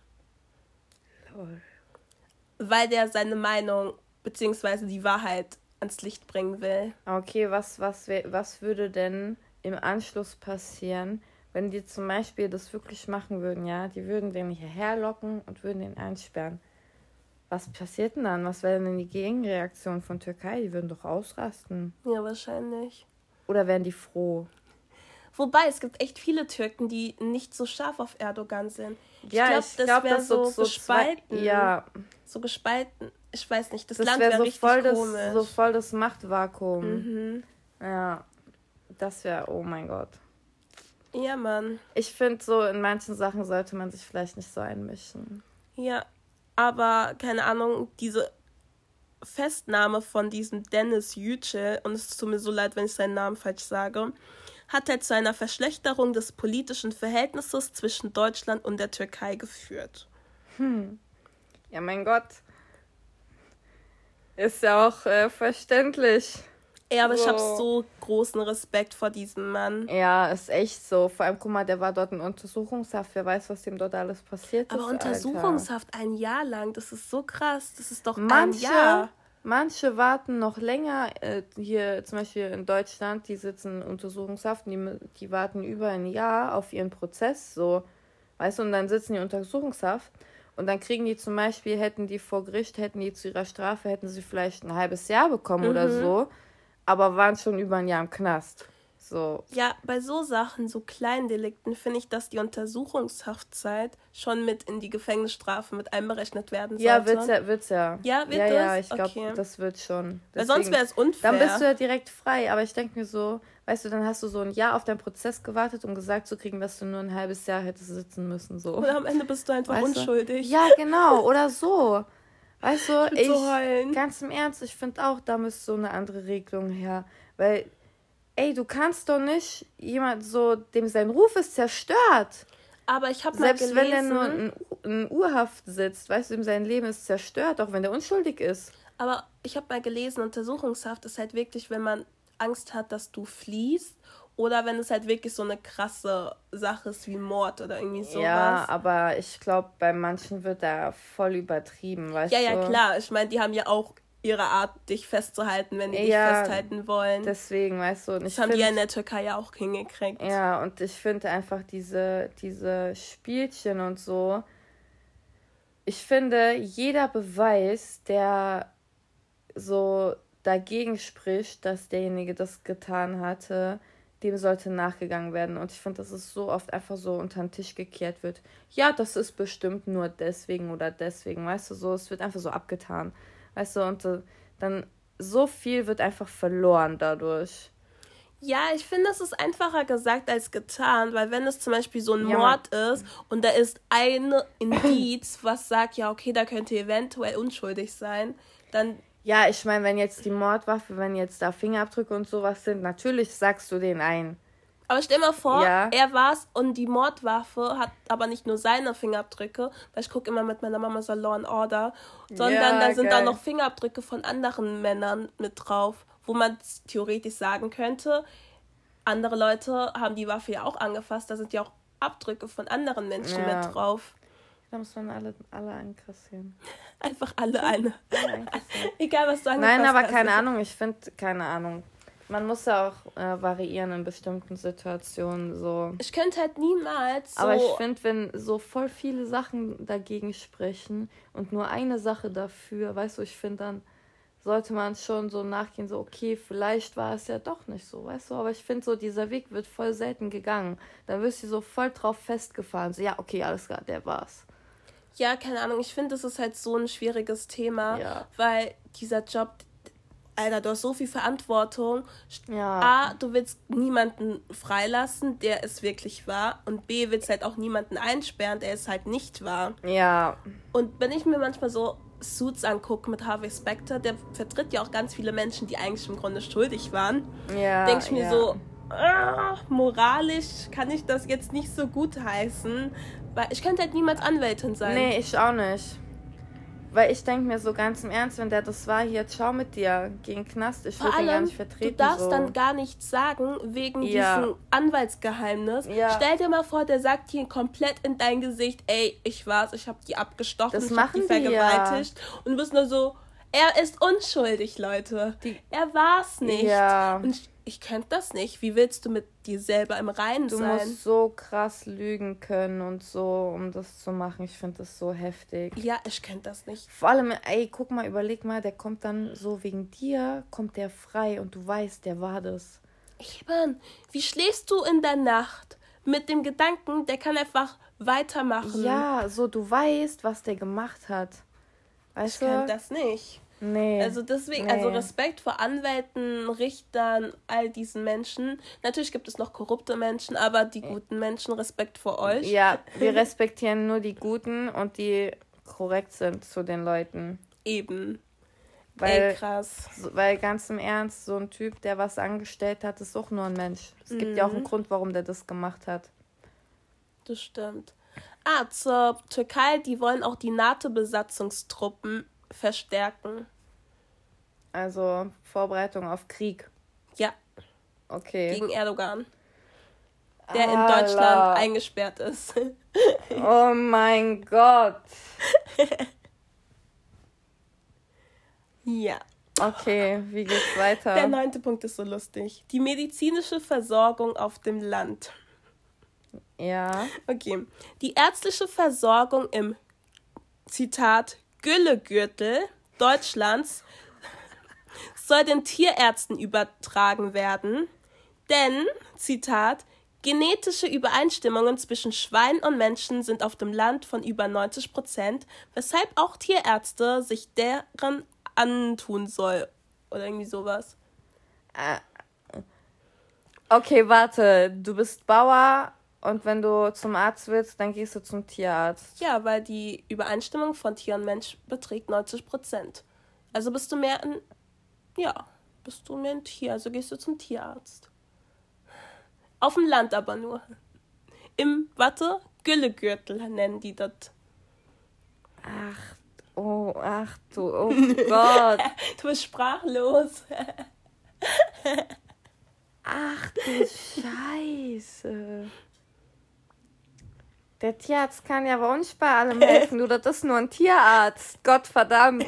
Lol. Weil der seine Meinung bzw. die Wahrheit ans Licht bringen will. Okay, was, was, wär- was würde denn im Anschluss passieren, wenn die zum Beispiel das wirklich machen würden, ja? Die würden den hierher locken und würden den einsperren. Was passiert denn dann? Was wäre denn die Gegenreaktion von Türkei? Die würden doch ausrasten. Ja, wahrscheinlich. Oder wären die froh? Wobei, es gibt echt viele Türken, die nicht so scharf auf Erdogan sind. Ich ja, glaub, ich das glaube, wär das so, so so zwei, gespalten. ja, So gespalten. Ich weiß nicht, das, das Land wäre wäre so richtig voll das, komisch. so voll das Machtvakuum. Mhm. Ja, das wäre, oh mein Gott. Ja, Mann. Ich finde so, in manchen Sachen sollte man sich vielleicht nicht so einmischen. Ja, aber keine Ahnung, diese Festnahme von diesem Dennis Yücel, und es tut mir so leid, wenn ich seinen Namen falsch sage, hat halt zu einer Verschlechterung des politischen Verhältnisses zwischen Deutschland und der Türkei geführt. Hm. Ja, mein Gott. Ist ja auch äh, verständlich. Ja, aber ich habe So. so großen Respekt vor diesem Mann. Ja, ist echt so. Vor allem, guck mal, der war dort in Untersuchungshaft. Wer weiß, was dem dort alles passiert Aber ist, Untersuchungshaft ein Jahr lang, das ist so krass. Das ist doch Manche, ein Jahr. manche warten noch länger. Äh, hier zum Beispiel in Deutschland, die sitzen in Untersuchungshaft. Die, die warten über ein Jahr auf ihren Prozess. So, weißt du, und dann sitzen die in Untersuchungshaft. Und dann kriegen die zum Beispiel, hätten die vor Gericht, hätten die zu ihrer Strafe, hätten sie vielleicht ein halbes Jahr bekommen Mhm. oder so. Aber waren schon über ein Jahr im Knast. So. Ja, bei so Sachen, so Kleindelikten, finde ich, dass die Untersuchungshaftzeit schon mit in die Gefängnisstrafe mit einberechnet werden sollte. Ja, wird's ja, wird's ja. Ja, wird ja, ja, das? ich glaube, Okay. das wird schon. Weil sonst Deswegen- wäre es unfair. Dann bist du ja direkt frei, aber ich denke mir so, weißt du, dann hast du so ein Jahr auf deinen Prozess gewartet, um gesagt zu kriegen, dass du nur ein halbes Jahr hättest sitzen müssen, so. Oder am Ende bist du einfach Weißt du? unschuldig. Ja, genau, oder so. Weißt du, Ich ich, würd so heulen. ganz im Ernst, ich finde auch, da müsste so eine andere Regelung her, weil, ey, du kannst doch nicht jemand so, dem sein Ruf ist zerstört. Aber ich habe mal Selbst gelesen, wenn er nur in, in Urhaft sitzt, weißt du, ihm sein Leben ist zerstört, auch wenn er unschuldig ist. aber ich habe mal gelesen, Untersuchungshaft ist halt wirklich, wenn man Angst hat, dass du fliehst, oder wenn es halt wirklich so eine krasse Sache ist wie Mord oder irgendwie sowas. Ja, aber ich glaube, bei manchen wird da voll übertrieben, weißt ja, du? ja, klar. Ich meine, die haben ja auch ihre Art, dich festzuhalten, wenn die Ja, dich festhalten wollen. Deswegen, weißt du, und das ich haben die find, ja in der Türkei ja auch hingekriegt. ja, und ich finde einfach diese, diese Spielchen und so, ich finde, jeder Beweis, der so dagegen spricht, dass derjenige das getan hatte, dem sollte nachgegangen werden. Und ich finde, dass es so oft einfach so unter den Tisch gekehrt wird. Ja, das ist bestimmt nur deswegen oder deswegen, weißt du, so, es wird einfach so abgetan. Weißt du, und äh, dann so viel wird einfach verloren dadurch. Ja, ich finde, es ist einfacher gesagt als getan, weil wenn es zum Beispiel so ein Ja, Mord ist und da ist ein Indiz, was sagt, ja, okay, da könnte eventuell unschuldig sein, dann, Ja, ich meine, wenn jetzt die Mordwaffe, wenn jetzt da Fingerabdrücke und sowas sind, natürlich sagst du den ein. aber stell mal vor, Ja. er war's und die Mordwaffe hat aber nicht nur seine Fingerabdrücke, weil ich gucke immer mit meiner Mama so Law and Order, sondern Ja, da sind geil. auch noch Fingerabdrücke von anderen Männern mit drauf, wo man theoretisch sagen könnte, andere Leute haben die Waffe ja auch angefasst, da sind ja auch Abdrücke von anderen Menschen Ja. mit drauf. Da muss man alle, alle einkassieren. Einfach alle eine. Alle einkassieren. Egal, was du angefasst Nein, aber hast. keine Ahnung, ich finde, keine Ahnung. Man muss ja auch äh, variieren in bestimmten Situationen, so. Ich könnte halt niemals so... Aber ich finde, wenn so voll viele Sachen dagegen sprechen und nur eine Sache dafür, weißt du, ich finde, dann sollte man schon so nachgehen, so, okay, vielleicht war es ja doch nicht so, weißt du, aber ich finde so, dieser Weg wird voll selten gegangen. Dann wirst du so voll drauf festgefahren, so, ja, okay, alles klar, der war's. Ja, keine Ahnung, ich finde, das ist halt so ein schwieriges Thema, Ja. weil dieser Job, Alter, du hast so viel Verantwortung. Ja. A, du willst niemanden freilassen, der es wirklich war, und B, willst halt auch niemanden einsperren, der es halt nicht war. Ja. Und wenn ich mir manchmal so Suits angucke mit Harvey Specter, der vertritt ja auch ganz viele Menschen, die eigentlich im Grunde schuldig waren. Ja. Denke ich mir ja. so, ah, moralisch kann ich das jetzt nicht so gut heißen, weil ich könnte halt niemals Anwältin sein. Nee, ich auch nicht. Weil ich denke mir so ganz im Ernst, wenn der das war, hier, ciao mit dir, geh in den Knast, ich Vor würde den gar allem, nicht vertreten. du darfst so. dann gar nichts sagen wegen Ja. diesem Anwaltsgeheimnis. Ja. Stell dir mal vor, der sagt hier komplett in dein Gesicht, ey, ich war's, ich hab die abgestochen, Das ich hab die machen die ja. vergewaltigt. Und du bist nur so, er ist unschuldig, Leute. Die- er war's nicht. Ja. Und ich, ich könnte das nicht. Wie willst du mit dir selber im Reinen Du sein? musst so krass lügen können und so, um das zu machen. Ich finde das so heftig. Ja, ich könnte das nicht. Vor allem, ey, guck mal, überleg mal, der kommt dann so wegen dir, kommt der frei und du weißt, der war das. Eben, wie schläfst du in der Nacht mit dem Gedanken, der kann einfach weitermachen? Ja, so, du weißt, was der gemacht hat. Weißt Ich kann du? das nicht. Nee. Also deswegen, Nee. also Respekt vor Anwälten, Richtern, all diesen Menschen. Natürlich gibt es noch korrupte Menschen, aber die guten Menschen, Respekt vor euch. Ja, wir respektieren nur die Guten und die korrekt sind zu den Leuten. Eben. Weil, Ey, krass. so- weil ganz im Ernst, so ein Typ, der was angestellt hat, ist auch nur ein Mensch. Es gibt ja auch einen Mhm. Grund, warum der das gemacht hat. Das stimmt. Ah, zur Türkei, die wollen auch die NATO-Besatzungstruppen verstärken. Also Vorbereitung auf Krieg. Ja, Okay. gegen Erdogan, der in Allah. Deutschland eingesperrt ist. Oh mein Gott. Ja. Okay, wie geht's weiter? Der neunte Punkt ist so lustig. Die medizinische Versorgung auf dem Land. Ja. Okay. Die ärztliche Versorgung im, Zitat, Güllegürtel Deutschlands soll den Tierärzten übertragen werden, denn, Zitat, genetische Übereinstimmungen zwischen Schweinen und Menschen sind auf dem Land von über neunzig Prozent, weshalb auch Tierärzte sich deren antun soll. Oder irgendwie sowas. Äh, Okay, warte. Du bist Bauer und wenn du zum Arzt willst, dann gehst du zum Tierarzt. Ja, weil die Übereinstimmung von Tier und Mensch beträgt neunzig Prozent. Also bist du mehr ein, ja, bist du mehr ein Tier, also gehst du zum Tierarzt. Auf dem Land aber nur. Im, warte, Güllegürtel nennen die das. Ach, oh, ach du, oh Gott. Du bist sprachlos. Ach du Scheiße. Der Tierarzt kann ja bei uns bei allem helfen. Du, das ist nur ein Tierarzt. Gottverdammt.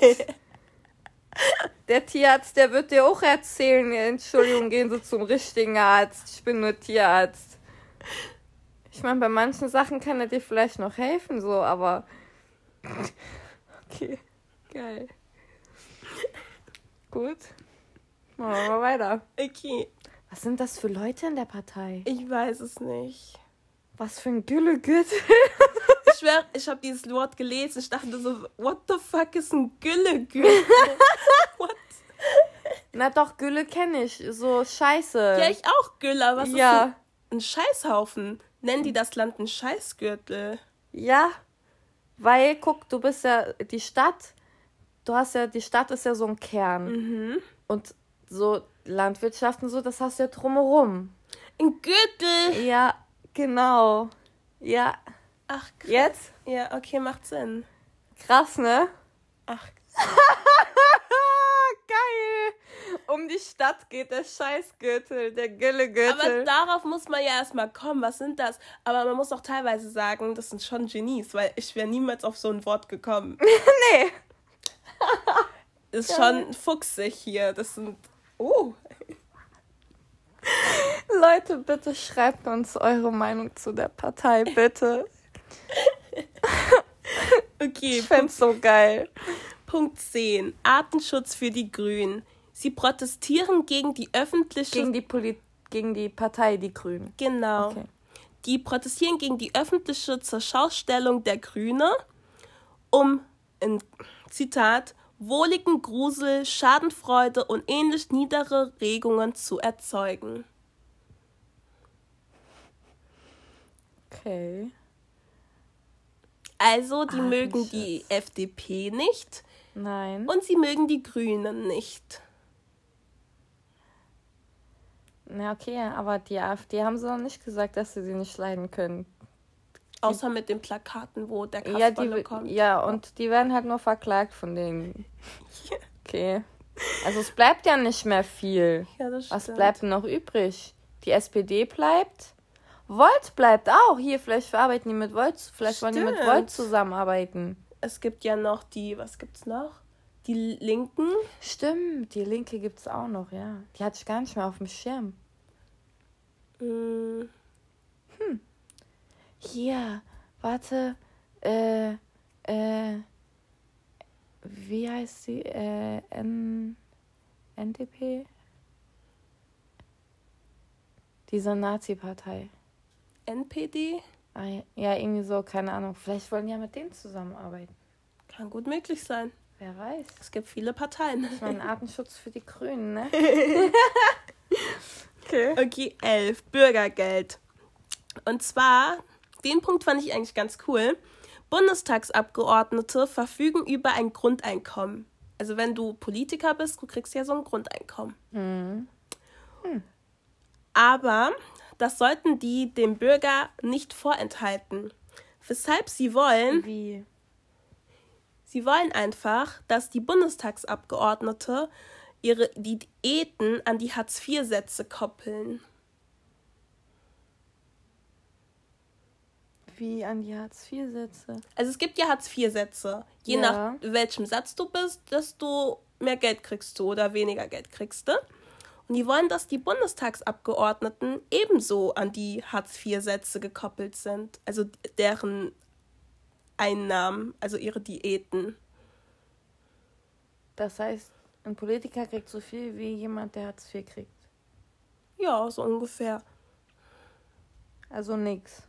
Der Tierarzt, der wird dir auch erzählen, Entschuldigung, gehen Sie zum richtigen Arzt. Ich bin nur Tierarzt. Ich meine, bei manchen Sachen kann er dir vielleicht noch helfen, so, aber... Okay, geil. Gut. Machen wir mal weiter. Okay, Was sind das für Leute in der Partei? ich weiß es nicht. Was für ein Güllegürtel. Ich schwör, ich habe dieses Wort gelesen. Ich dachte so, what the fuck ist ein Güllegürtel? What? Na doch, Gülle kenne ich. So Scheiße. Ja, ich auch, Gülle, aber was Ja. ist ein, ein Scheißhaufen? Nennen die das Land ein Scheißgürtel? Ja, weil, guck, du bist ja, die Stadt, du hast ja, die Stadt ist ja so ein Kern. Mhm. Und so Landwirtschaft und so, das hast du ja drumherum. Ein Gürtel? Ja, genau. Ja. Ach, krass. Jetzt? Ja, okay, macht Sinn. Krass, ne? Ach, Geil. Um die Stadt geht der Scheißgürtel, der Güllegürtel. aber darauf muss man ja erstmal kommen. Was sind das? Aber man muss auch teilweise sagen, das sind schon Genies, weil ich wäre niemals auf so ein Wort gekommen. Nee. Ist schon fuchsig hier. Das sind. Oh. Leute, bitte schreibt uns eure Meinung zu der Partei, bitte. Okay. Ich fänd's so geil. Punkt zehn. Artenschutz für die Grünen. Sie protestieren gegen die öffentliche... Gegen die, Poli- gegen die Partei, die Grünen. Genau. Okay. Die protestieren gegen die öffentliche Zurschaustellung der Grüne, um, in Zitat, wohligen Grusel, Schadenfreude und ähnlich niedere Regungen zu erzeugen. Okay. Also, die Ah, mögen Schatz. die F D P nicht Nein. und sie mögen die Grünen nicht. Na okay, aber die AfD haben sie noch nicht gesagt, dass sie sie nicht leiden können. Außer mit den Plakaten, wo der Ja, Kasperle die, kommt. ja, und die werden halt nur verklagt von denen. Okay. Also es bleibt ja nicht mehr viel. Ja, das Was stimmt. bleibt denn noch übrig? Die S P D bleibt. Volt bleibt auch. Hier, vielleicht verarbeiten die mit Volt. Vielleicht wollen die mit Stimmt. Volt zusammenarbeiten. Es gibt ja noch die, was gibt's noch? Die Linken. Stimmt, die Linke gibt's auch noch, ja. Die hatte ich gar nicht mehr auf dem Schirm. Mm, Hier, warte. Äh, äh, wie heißt sie? Äh, N- NDP? Diese Nazi-Partei. N P D. Ah, ja, ja, irgendwie so, keine Ahnung. Vielleicht wollen die ja mit denen zusammenarbeiten. Kann gut möglich sein. Wer weiß. Es gibt viele Parteien. Ich meine, Artenschutz für die Grünen, ne? Okay. Okay, elf. Bürgergeld. Und zwar, den Punkt fand ich eigentlich ganz cool. Bundestagsabgeordnete verfügen über ein Grundeinkommen. Also wenn du Politiker bist, du kriegst ja so ein Grundeinkommen. Mhm. Aber das sollten die dem Bürger nicht vorenthalten. Weshalb sie wollen, Wie? sie wollen einfach, dass die Bundestagsabgeordnete ihre die Diäten an die Hartz vier Sätze koppeln. Wie an die Hartz vier Sätze? Also es gibt ja Hartz vier Sätze. Je Ja. nach welchem Satz du bist, desto mehr Geld kriegst du oder weniger Geld kriegst du. Und die wollen, dass die Bundestagsabgeordneten ebenso an die Hartz vier Sätze gekoppelt sind. Also deren Einnahmen, also ihre Diäten. Das heißt, ein Politiker kriegt so viel wie jemand, der Hartz vier kriegt. Ja, so ungefähr. Also nix.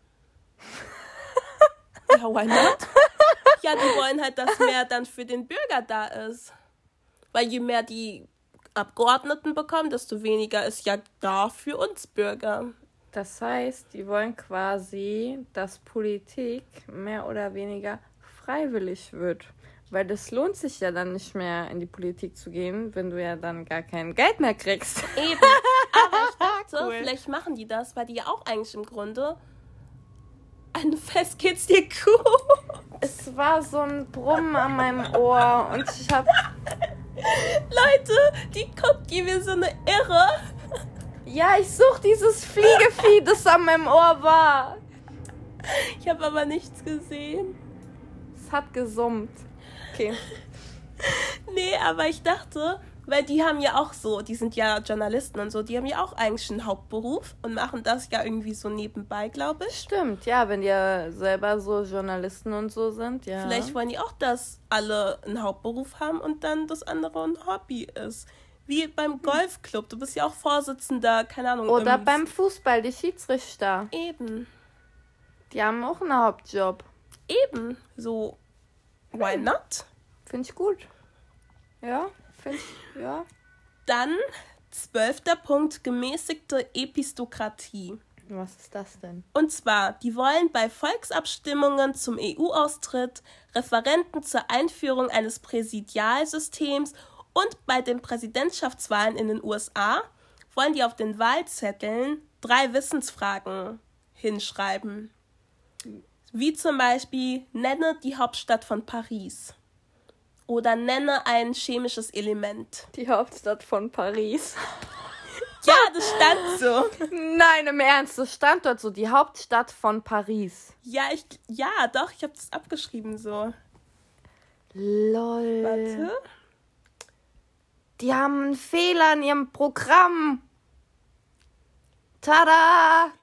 Ja, why not? Ja, die wollen halt, dass mehr dann für den Bürger da ist. Weil je mehr die Abgeordneten bekommen, desto weniger ist ja da für uns Bürger. Das heißt, die wollen quasi, dass Politik mehr oder weniger freiwillig wird. Weil das lohnt sich ja dann nicht mehr, in die Politik zu gehen, wenn du ja dann gar kein Geld mehr kriegst. Eben. Aber ich dachte, Cool. vielleicht machen die das, weil die ja auch eigentlich im Grunde eine Fest geht's dir gut. Es war so ein Brummen an meinem Ohr und ich hab... Leute, die guckt hier wie so eine Irre. Ja, ich such dieses Fliegevieh, das an meinem Ohr war. Ich habe aber nichts gesehen. Es hat gesummt. Okay. Nee, aber ich dachte, weil die haben ja auch so, die sind ja Journalisten und so, die haben ja auch eigentlich einen Hauptberuf und machen das ja irgendwie so nebenbei, glaube ich. Stimmt, ja, wenn die ja selber so Journalisten und so sind, ja. Vielleicht wollen die auch, dass alle einen Hauptberuf haben und dann das andere ein Hobby ist. Wie beim Golfclub, du bist ja auch Vorsitzender, keine Ahnung. Oder im- beim Fußball, die Schiedsrichter. Eben, Die haben auch einen Hauptjob. eben, so, why not? Finde ich gut. Ja, finde ich, ja. Dann zwölfter Punkt, gemäßigte Epistokratie. Was ist das denn? Und zwar, die wollen bei Volksabstimmungen zum E U-Austritt, Referenden zur Einführung eines Präsidialsystems und bei den Präsidentschaftswahlen in den U S A wollen die auf den Wahlzetteln drei Wissensfragen hinschreiben. Wie zum Beispiel, nenne die Hauptstadt von Paris. Oder nenne ein chemisches Element. Die Hauptstadt von Paris. Ja, das stand so. Nein, im Ernst, das stand dort so, die Hauptstadt von Paris. Ja, ich, ja, doch, ich habe das abgeschrieben so. Lol. Warte. Die haben einen Fehler in ihrem Programm. Tada!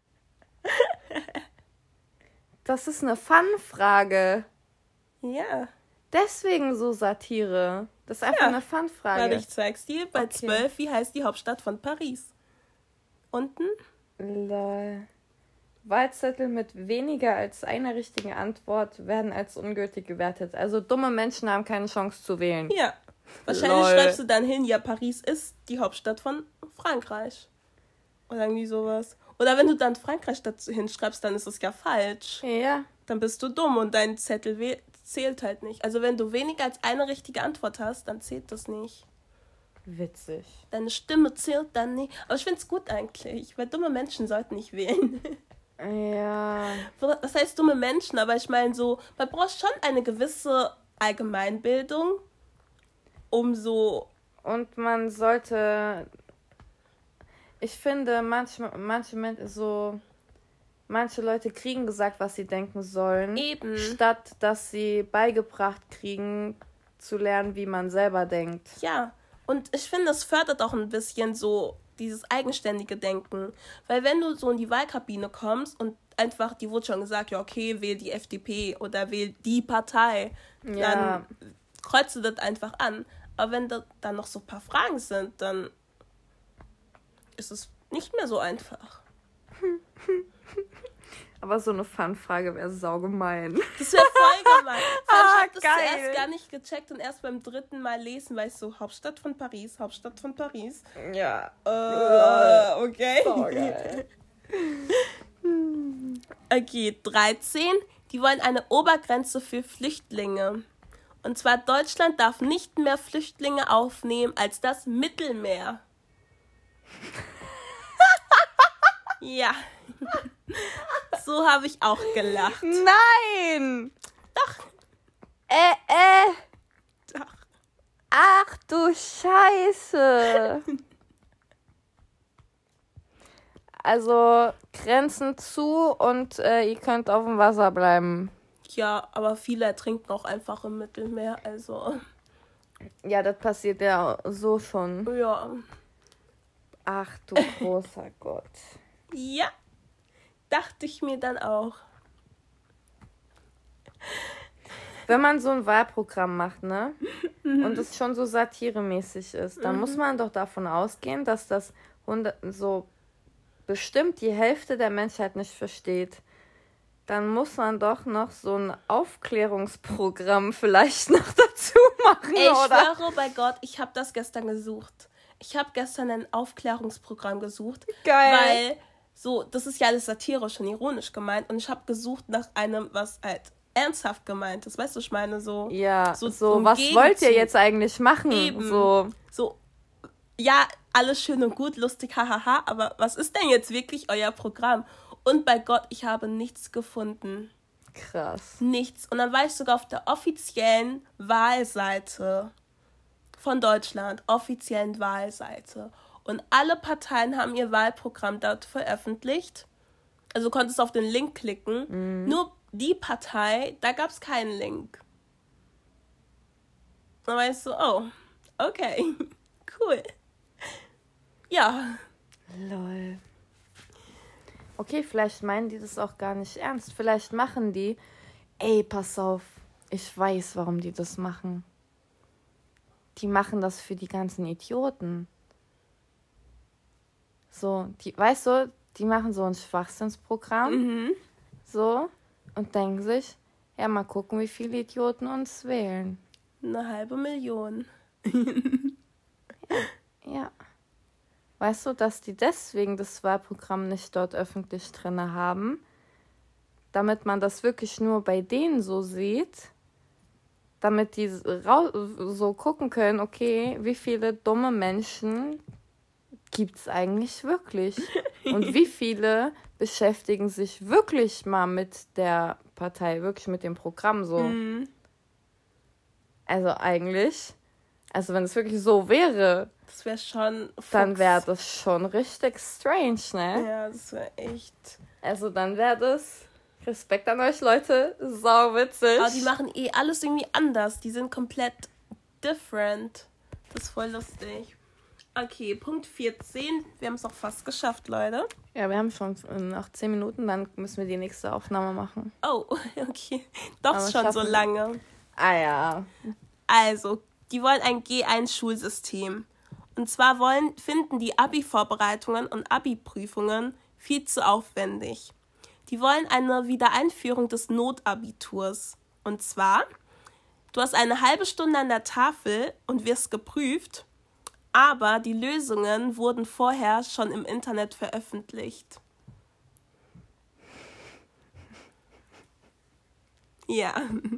Das ist eine Fun-Frage. Ja. Deswegen so Satire. Das ist einfach Ja. eine Fun-Frage. Warte, ich zeig's dir. Bei Okay. zwölf, wie heißt die Hauptstadt von Paris? Unten? Lol. Wahlzettel mit weniger als einer richtigen Antwort werden als ungültig gewertet. Also dumme Menschen haben keine Chance zu wählen. Ja. Wahrscheinlich Lol. schreibst du dann hin, ja, Paris ist die Hauptstadt von Frankreich. Oder irgendwie sowas. Oder wenn du dann Frankreich dazu hinschreibst, dann ist es ja falsch. Ja. Dann bist du dumm und dein Zettel we- zählt halt nicht. Also wenn du weniger als eine richtige Antwort hast, dann zählt das nicht. Witzig. Deine Stimme zählt dann nicht. Aber ich finde es gut eigentlich, weil dumme Menschen sollten nicht wählen. Ja. Was heißt dumme Menschen? Aber ich meine so, man braucht schon eine gewisse Allgemeinbildung, um so... Und man sollte... Ich finde, manche, manche Men- so... Manche Leute kriegen gesagt, was sie denken sollen, Eben. statt dass sie beigebracht kriegen, zu lernen, wie man selber denkt. Ja, und ich finde, es fördert auch ein bisschen so dieses eigenständige Denken. Weil wenn du so in die Wahlkabine kommst und einfach, die wurde schon gesagt, ja okay, wähl die F D P oder wähl die Partei, Ja. dann kreuzt du das einfach an. Aber wenn da dann noch so ein paar Fragen sind, dann ist es nicht mehr so einfach. Aber so eine Fun-Frage wäre saugemein. Das wäre voll gemein. Vor allem, Ah, ich habe das geil. zuerst gar nicht gecheckt und erst beim dritten Mal lesen, weil ich so, Hauptstadt von Paris, Hauptstadt von Paris. Ja. Äh, okay. Saugeil. Okay, dreizehn. Die wollen eine Obergrenze für Flüchtlinge. Und zwar Deutschland darf nicht mehr Flüchtlinge aufnehmen als das Mittelmeer. Ja. So habe ich auch gelacht. Nein! Doch, Äh, äh. doch. Ach du Scheiße. Also Grenzen zu und äh, ihr könnt auf dem Wasser bleiben. Ja, aber viele ertrinken auch einfach im Mittelmeer, also Ja, das passiert ja so schon. ja. Ach du großer Gott. Ja, dachte ich mir dann auch. Wenn man so ein Wahlprogramm macht, ne? Und es schon so satiremäßig ist, dann muss man doch davon ausgehen, dass das hundert, so bestimmt die Hälfte der Menschheit nicht versteht. Dann muss man doch noch so ein Aufklärungsprogramm vielleicht noch dazu machen, Ey, ich oder? schwöre bei Gott, ich habe das gestern gesucht. Ich habe gestern ein Aufklärungsprogramm gesucht. Geil. Weil, so, das ist ja alles satirisch und ironisch gemeint. Und ich habe gesucht nach einem, was halt ernsthaft gemeint ist. Weißt du, ich meine so... Ja, so, so, um was Gegenzug. wollt ihr jetzt eigentlich machen? Eben. So, So, ja, alles schön und gut, lustig, hahaha, aber was ist denn jetzt wirklich euer Programm? Und bei Gott, ich habe nichts gefunden. krass. Nichts. Und dann war ich sogar auf der offiziellen Wahlseite von Deutschland, offiziellen Wahlseite. Und alle Parteien haben ihr Wahlprogramm dort veröffentlicht. Also du konntest auf den Link klicken. Mhm. Nur die Partei, da gab es keinen Link. Dann war ich so, oh, okay, cool. Ja, Lol. Okay, vielleicht meinen die das auch gar nicht ernst. Vielleicht machen die, ey, pass auf, ich weiß, warum die das machen. Die machen das für die ganzen Idioten. So, die, weißt du, die machen so ein Schwachsinnsprogramm, mhm. so, und denken sich, ja, mal gucken, wie viele Idioten uns wählen. Eine halbe Million. Ja. Weißt du, dass die deswegen das Wahlprogramm nicht dort öffentlich drin haben, damit man das wirklich nur bei denen so sieht, damit die so gucken können, okay, wie viele dumme Menschen gibt es eigentlich wirklich? Und wie viele beschäftigen sich wirklich mal mit der Partei, wirklich mit dem Programm so? Mhm. Also eigentlich, also wenn es wirklich so wäre, das wäre schon Fuchs. Dann wäre das schon richtig strange, ne? Ja, das wäre echt. Also dann wäre das, Respekt an euch Leute, sau witzig. Aber die machen eh alles irgendwie anders, die sind komplett different. Das ist voll lustig. Okay, Punkt vierzehn. Wir haben es auch fast geschafft, Leute. Ja, wir haben schon noch zehn Minuten, dann müssen wir die nächste Aufnahme machen. Oh, okay. Doch Aber schon so lange. Ah ja. Also, die wollen ein G eins Schulsystem. Und zwar wollen, finden die Abi-Vorbereitungen und Abi-Prüfungen viel zu aufwendig. Die wollen eine Wiedereinführung des Notabiturs. Und zwar, du hast eine halbe Stunde an der Tafel und wirst geprüft, aber die Lösungen wurden vorher schon im Internet veröffentlicht. Ja.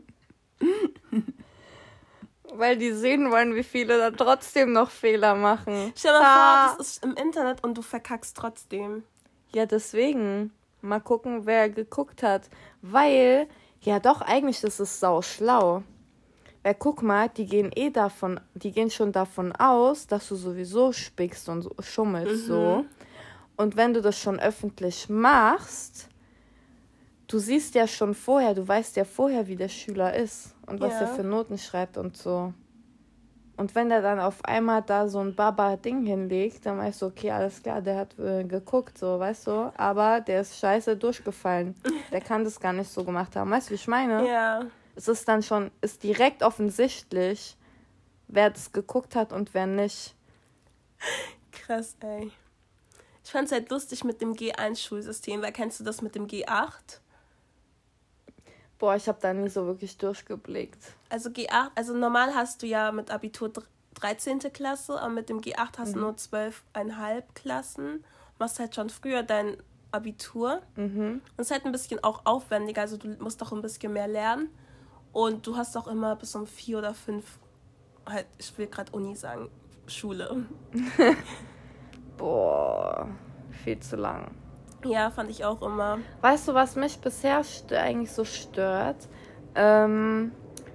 Weil die sehen wollen, wie viele da trotzdem noch Fehler machen. Stell dir mal ah. vor, das ist im Internet und du verkackst trotzdem. Ja, deswegen. Mal gucken, wer geguckt hat. Weil, ja doch, eigentlich das ist sau schlau. Weil guck mal, die gehen eh davon, die gehen schon davon aus, dass du sowieso spickst und so, schummelst mhm. so. Und wenn du das schon öffentlich machst, du siehst ja schon vorher, du weißt ja vorher, wie der Schüler ist und was ja. er für Noten schreibt und so. Und wenn der dann auf einmal da so ein Baba-Ding hinlegt, dann weißt du, okay, alles klar, der hat äh, geguckt, so, weißt du, aber der ist scheiße durchgefallen. Der kann das gar nicht so gemacht haben. Weißt du, wie ich meine? Ja. Es ist dann schon, ist direkt offensichtlich, wer das geguckt hat und wer nicht. Krass, ey. Ich fand's halt lustig mit dem G eins Schulsystem, weil kennst du das mit dem G acht? Boah, ich habe da nie so wirklich durchgeblickt. Also G acht, also normal hast du ja mit Abitur dreizehnte Klasse, aber mit dem G acht hast mhm. du nur zwölf Komma fünf Klassen. Machst halt schon früher dein Abitur. Mhm. Und es ist halt ein bisschen auch aufwendiger, also du musst auch ein bisschen mehr lernen. Und du hast auch immer bis um vier oder fünf, halt, ich will gerade Uni sagen, Schule. Boah, viel zu lang. Ja, fand ich auch immer. Weißt du, was mich bisher st- eigentlich so stört? Ähm,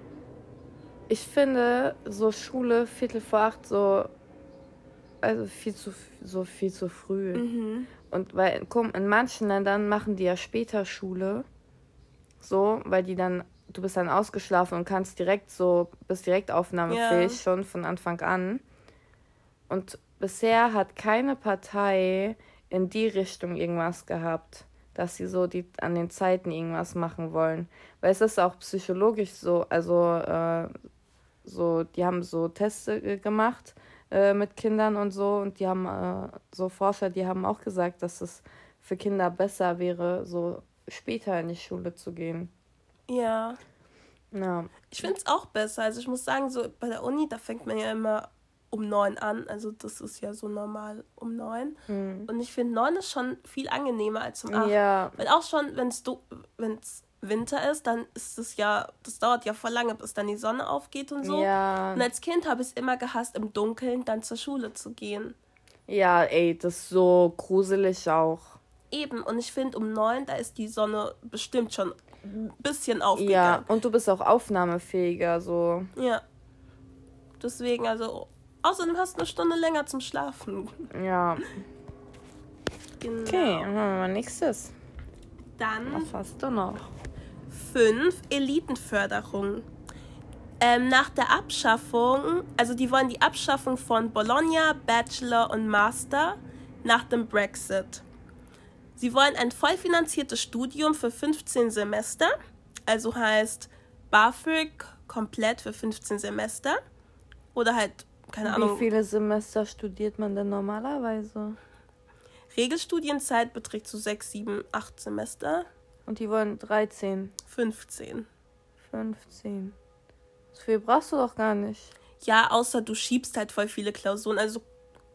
ich finde so Schule Viertel vor acht so, also viel zu, so viel zu früh. Mhm. Und weil, komm, in manchen Ländern machen die ja später Schule, so, weil die dann, du bist dann ausgeschlafen und kannst direkt so, bist direkt aufnahmefähig, ja. schon von Anfang an. Und bisher hat keine Partei in die Richtung irgendwas gehabt, dass sie so die an den Zeiten irgendwas machen wollen. Weil es ist auch psychologisch so, also äh, so, die haben so Tests äh, gemacht äh, mit Kindern und so und die haben, äh, so Forscher, die haben auch gesagt, dass es für Kinder besser wäre, so später in die Schule zu gehen. Ja. Ja. Ich finde es auch besser. Also ich muss sagen, so bei der Uni, da fängt man ja immer um neun an. Also das ist ja so normal um neun. Hm. Und ich finde, neun ist schon viel angenehmer als um acht. Ja. Weil auch schon, wenn es Winter ist, dann ist es ja, das dauert ja voll lange, bis dann die Sonne aufgeht und so. Ja. Und als Kind habe ich es immer gehasst, im Dunkeln dann zur Schule zu gehen. Ja, ey, das ist so gruselig auch. Eben, und ich finde, um neun, da ist die Sonne bestimmt schon ein bisschen aufgegangen. Ja, und du bist auch aufnahmefähiger, so. Ja. Deswegen, also, außerdem hast du eine Stunde länger zum Schlafen. Ja. Genau. Okay, dann machen wir mal nächstes. Dann. Was hast du noch? Fünf, Elitenförderung. Ähm, nach der Abschaffung, also die wollen die Abschaffung von Bologna, Bachelor und Master nach dem Brexit. Sie wollen ein vollfinanziertes Studium für fünfzehn Semester, also heißt BAföG komplett für fünfzehn Semester. Oder halt, keine Wie Ahnung. Wie viele Semester studiert man denn normalerweise? Regelstudienzeit beträgt so sechs, sieben, acht Semester. Und die wollen dreizehn. fünfzehn. fünfzehn. So viel brauchst du doch gar nicht. Ja, außer du schiebst halt voll viele Klausuren. Also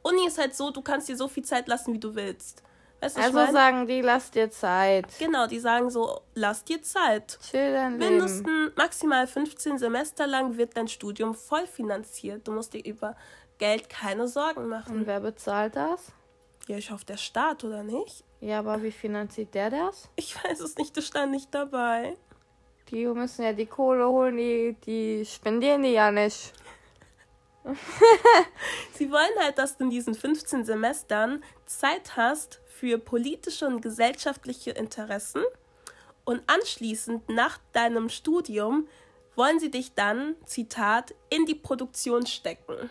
Uni ist halt so, du kannst dir so viel Zeit lassen, wie du willst. Weißt du, Also ich mein? sagen die, lass dir Zeit. Genau, die sagen so, lass dir Zeit. Chill dein Leben. Mindestens maximal fünfzehn Semester lang wird dein Studium voll finanziert. Du musst dir über Geld keine Sorgen machen. Und wer bezahlt das? Ja, ich hoffe, der Staat, oder nicht? Ja, aber wie finanziert der das? Ich weiß es nicht, das stand nicht dabei. Die müssen ja die Kohle holen, die, die spendieren die ja nicht. Sie wollen halt, dass du in diesen fünfzehn Semestern Zeit hast für politische und gesellschaftliche Interessen und anschließend nach deinem Studium wollen sie dich dann, Zitat, in die Produktion stecken.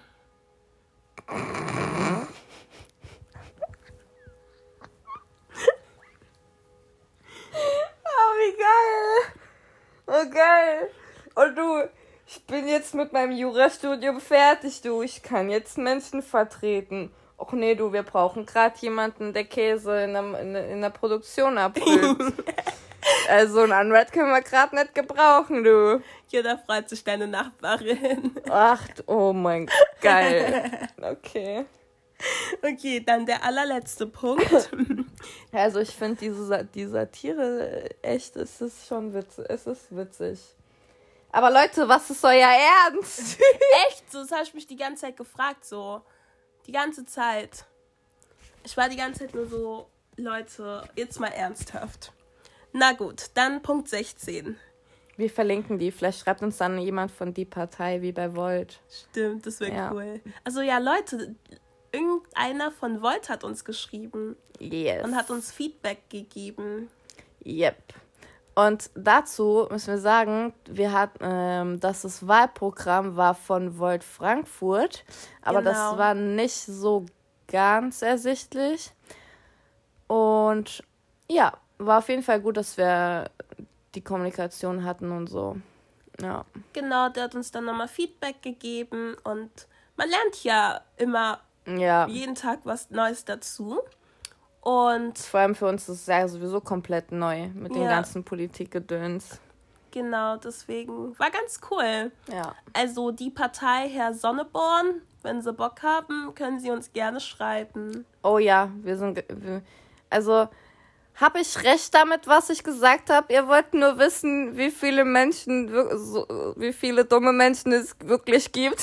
Oh, wie geil. Oh, geil. Und du, ich bin jetzt mit meinem Jurastudium fertig, du. Ich kann jetzt Menschen vertreten. Och nee, du, wir brauchen gerade jemanden, der Käse in der, in, in der Produktion abfüllt. Also ein Anwalt können wir gerade nicht gebrauchen, du. Ja, da freut sich deine Nachbarin. Ach, oh mein Gott, geil. Okay. Okay, dann der allerletzte Punkt. Also ich finde diese die Satire echt, es ist schon witzig, es ist witzig. Aber Leute, was ist euer Ernst? Echt? So, das habe ich mich die ganze Zeit gefragt, so. Die ganze Zeit. Ich war die ganze Zeit nur so, Leute, jetzt mal ernsthaft. Na gut, dann Punkt sechzehn. Wir verlinken die, vielleicht schreibt uns dann jemand von die Partei wie bei Volt. Stimmt, das wäre Ja. cool. Also ja, Leute, irgendeiner von Volt hat uns geschrieben Yes. und hat uns Feedback gegeben. Yep. Und dazu müssen wir sagen, wir hatten, ähm, dass das Wahlprogramm war von Volt Frankfurt, aber Genau. das war nicht so ganz ersichtlich. Und ja, war auf jeden Fall gut, dass wir die Kommunikation hatten und so. Ja. Genau, der hat uns dann nochmal Feedback gegeben und man lernt ja immer Ja. jeden Tag was Neues dazu. Und Vor allem für uns ist es ja sowieso komplett neu mit den Ja. ganzen Politikgedöns. genau, deswegen war ganz cool. Ja. Also die Partei Herr Sonneborn, wenn Sie Bock haben, können Sie uns gerne schreiben. Oh ja, wir sind. ge- Wir, also, habe ich recht damit, was ich gesagt habe? Ihr wollt nur wissen, wie viele Menschen, wir- so, wie viele dumme Menschen es wirklich gibt.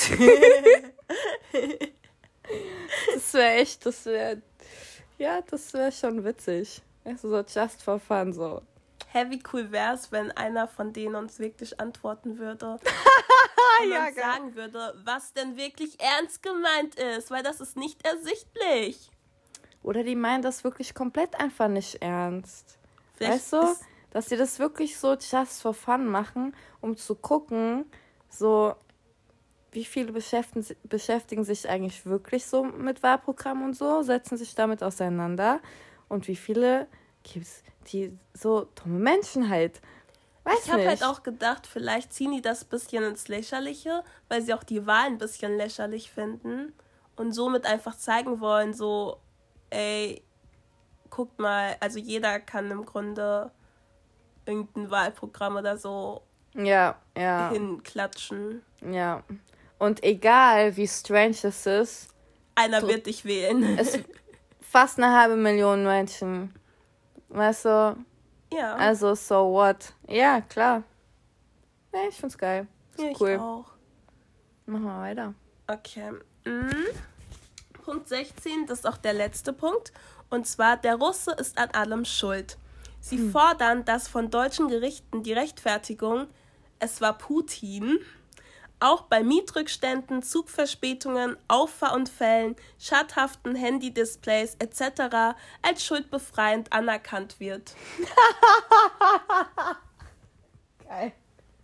Das wäre echt, das wäre. Ja, das wäre schon witzig. Also so just for fun, so. Hä, wie cool wär's, wenn einer von denen uns wirklich antworten würde. Und ja, uns geil. sagen würde, was denn wirklich ernst gemeint ist, weil das ist nicht ersichtlich. Oder die meinen das wirklich komplett einfach nicht ernst. Vielleicht Weißt du, ist- dass die das wirklich so just for fun machen, um zu gucken, so, wie viele beschäftigen, si- beschäftigen sich eigentlich wirklich so mit Wahlprogramm und so, setzen sich damit auseinander und wie viele gibt's, die so dumme Menschen halt. Weiß Ich habe nicht. halt auch gedacht, vielleicht ziehen die das ein bisschen ins Lächerliche, weil sie auch die Wahl ein bisschen lächerlich finden und somit einfach zeigen wollen, so, ey, guckt mal, also jeder kann im Grunde irgendein Wahlprogramm oder so Ja, ja, hinklatschen. ja. Und egal, wie strange es ist, Einer So- wird dich wählen. es fast eine halbe Million Menschen. Weißt du? ja, Also, so what? Ja, klar. Ja, ich find's geil. ja, ich cool. auch. Machen wir weiter. Okay. Mhm. Punkt sechzehn, das ist auch der letzte Punkt. Und zwar, der Russe ist an allem schuld. Sie fordern, dass von deutschen Gerichten die Rechtfertigung, es war Putin, auch bei Mietrückständen, Zugverspätungen, Auffahrunfällen, schadhaften Handy-Displays et cetera als schuldbefreiend anerkannt wird. Geil.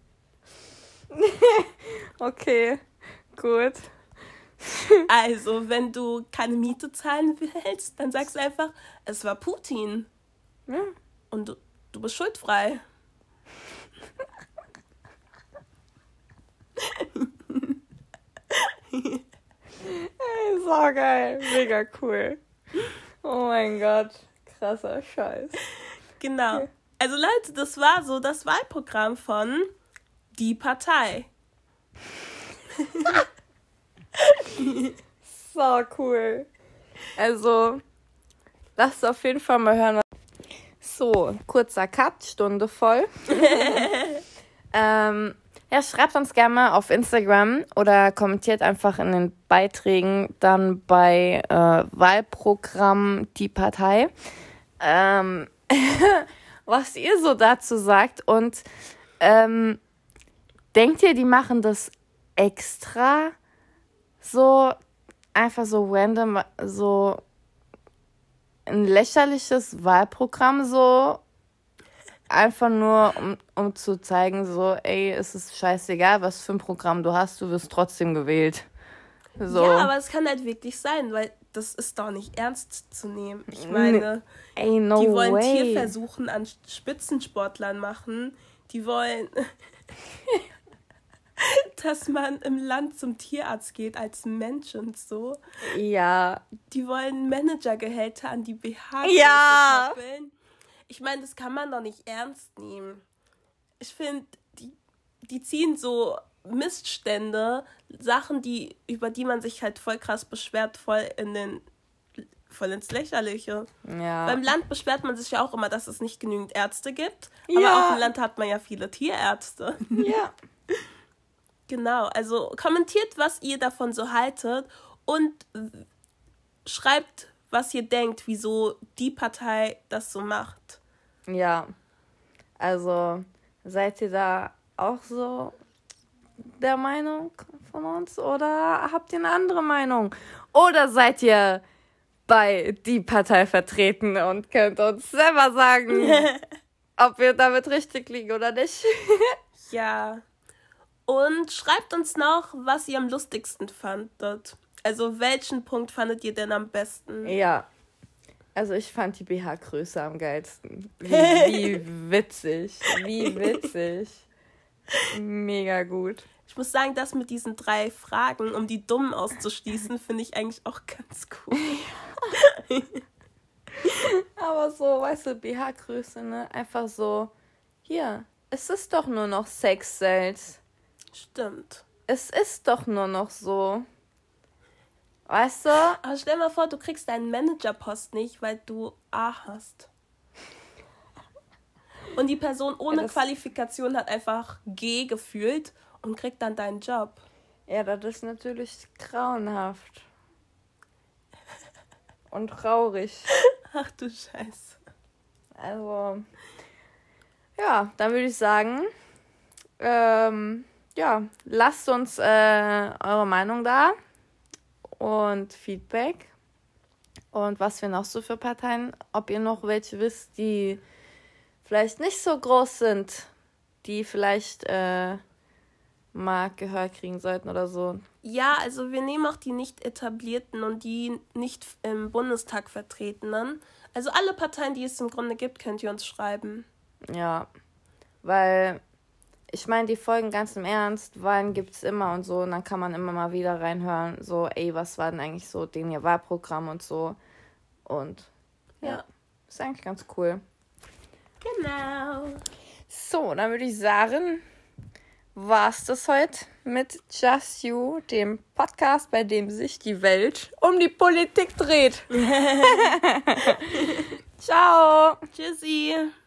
Okay, gut. Also, wenn du keine Miete zahlen willst, dann sagst du einfach, es war Putin. Ja. Und du, du bist schuldfrei. Ey, so geil. Mega cool. Oh mein Gott. Krasser Scheiß. Genau. Okay. Also Leute, das war so das Wahlprogramm von Die Partei. So cool. Also, lasst auf jeden Fall mal hören. So, kurzer Cut, Stunde voll. ähm, ja, schreibt uns gerne mal auf Instagram oder kommentiert einfach in den Beiträgen dann bei äh, Wahlprogramm Die Partei, ähm, was ihr so dazu sagt. Und ähm, denkt ihr, die machen das extra so, einfach so random, so ein lächerliches Wahlprogramm so, einfach nur, um, um zu zeigen, so, ey, es ist scheißegal, was für ein Programm du hast, du wirst trotzdem gewählt. So. Ja, aber es kann halt wirklich sein, weil das ist doch nicht ernst zu nehmen. Ich meine, ey, no die wollen way. Tierversuchen an Spitzensportlern machen, die wollen, dass man im Land zum Tierarzt geht als Mensch und so. Ja. Die wollen Managergehälter an die B H Ja. koppeln. Ich meine, das kann man doch nicht ernst nehmen. Ich finde, die, die ziehen so Missstände, Sachen, die, über die man sich halt voll krass beschwert, voll in den voll ins Lächerliche. Ja. Beim Land beschwert man sich ja auch immer, dass es nicht genügend Ärzte gibt. Aber Ja. auf dem Land hat man ja viele Tierärzte. Ja. Genau, also kommentiert, was ihr davon so haltet und schreibt, was ihr denkt, wieso die Partei das so macht. Ja. Also, seid ihr da auch so der Meinung von uns oder habt ihr eine andere Meinung? Oder seid ihr bei die Partei vertreten und könnt uns selber sagen, ob wir damit richtig liegen oder nicht? Ja. Und schreibt uns noch, was ihr am lustigsten fandet. Also welchen Punkt fandet ihr denn am besten? Ja. Also ich fand die B H-Größe am geilsten. Wie, wie witzig. Wie witzig. Mega gut. Ich muss sagen, das mit diesen drei Fragen, um die Dummen auszuschließen, finde ich eigentlich auch ganz cool. Aber so, weißt du, B H-Größe, ne? Einfach so, hier, es ist doch nur noch Sex-Sales. Stimmt. Es ist doch nur noch so. Weißt du? Aber stell dir mal vor, du kriegst deinen Managerpost nicht, weil du A hast. Und die Person ohne Ja, das- Qualifikation hat einfach G gefühlt und kriegt dann deinen Job. Ja, das ist natürlich grauenhaft. Und traurig. Ach du Scheiße. Also, ja, dann würde ich sagen, ähm, ja, lasst uns äh, eure Meinung da und Feedback und was wir noch so für Parteien, ob ihr noch welche wisst, die vielleicht nicht so groß sind, die vielleicht äh, mal Gehör kriegen sollten oder so. Ja, also wir nehmen auch die nicht etablierten und die nicht im Bundestag vertretenen. Also alle Parteien, die es im Grunde gibt, könnt ihr uns schreiben. Ja, weil ich meine, die Folgen ganz im Ernst, Wahlen gibt's immer und so und dann kann man immer mal wieder reinhören, so, ey, was war denn eigentlich so den ihr Wahlprogramm und so und ja, Ja. ist eigentlich ganz cool. Genau. So, dann würde ich sagen, war's das heute mit Just You, dem Podcast, bei dem sich die Welt um die Politik dreht. Ciao. Tschüssi.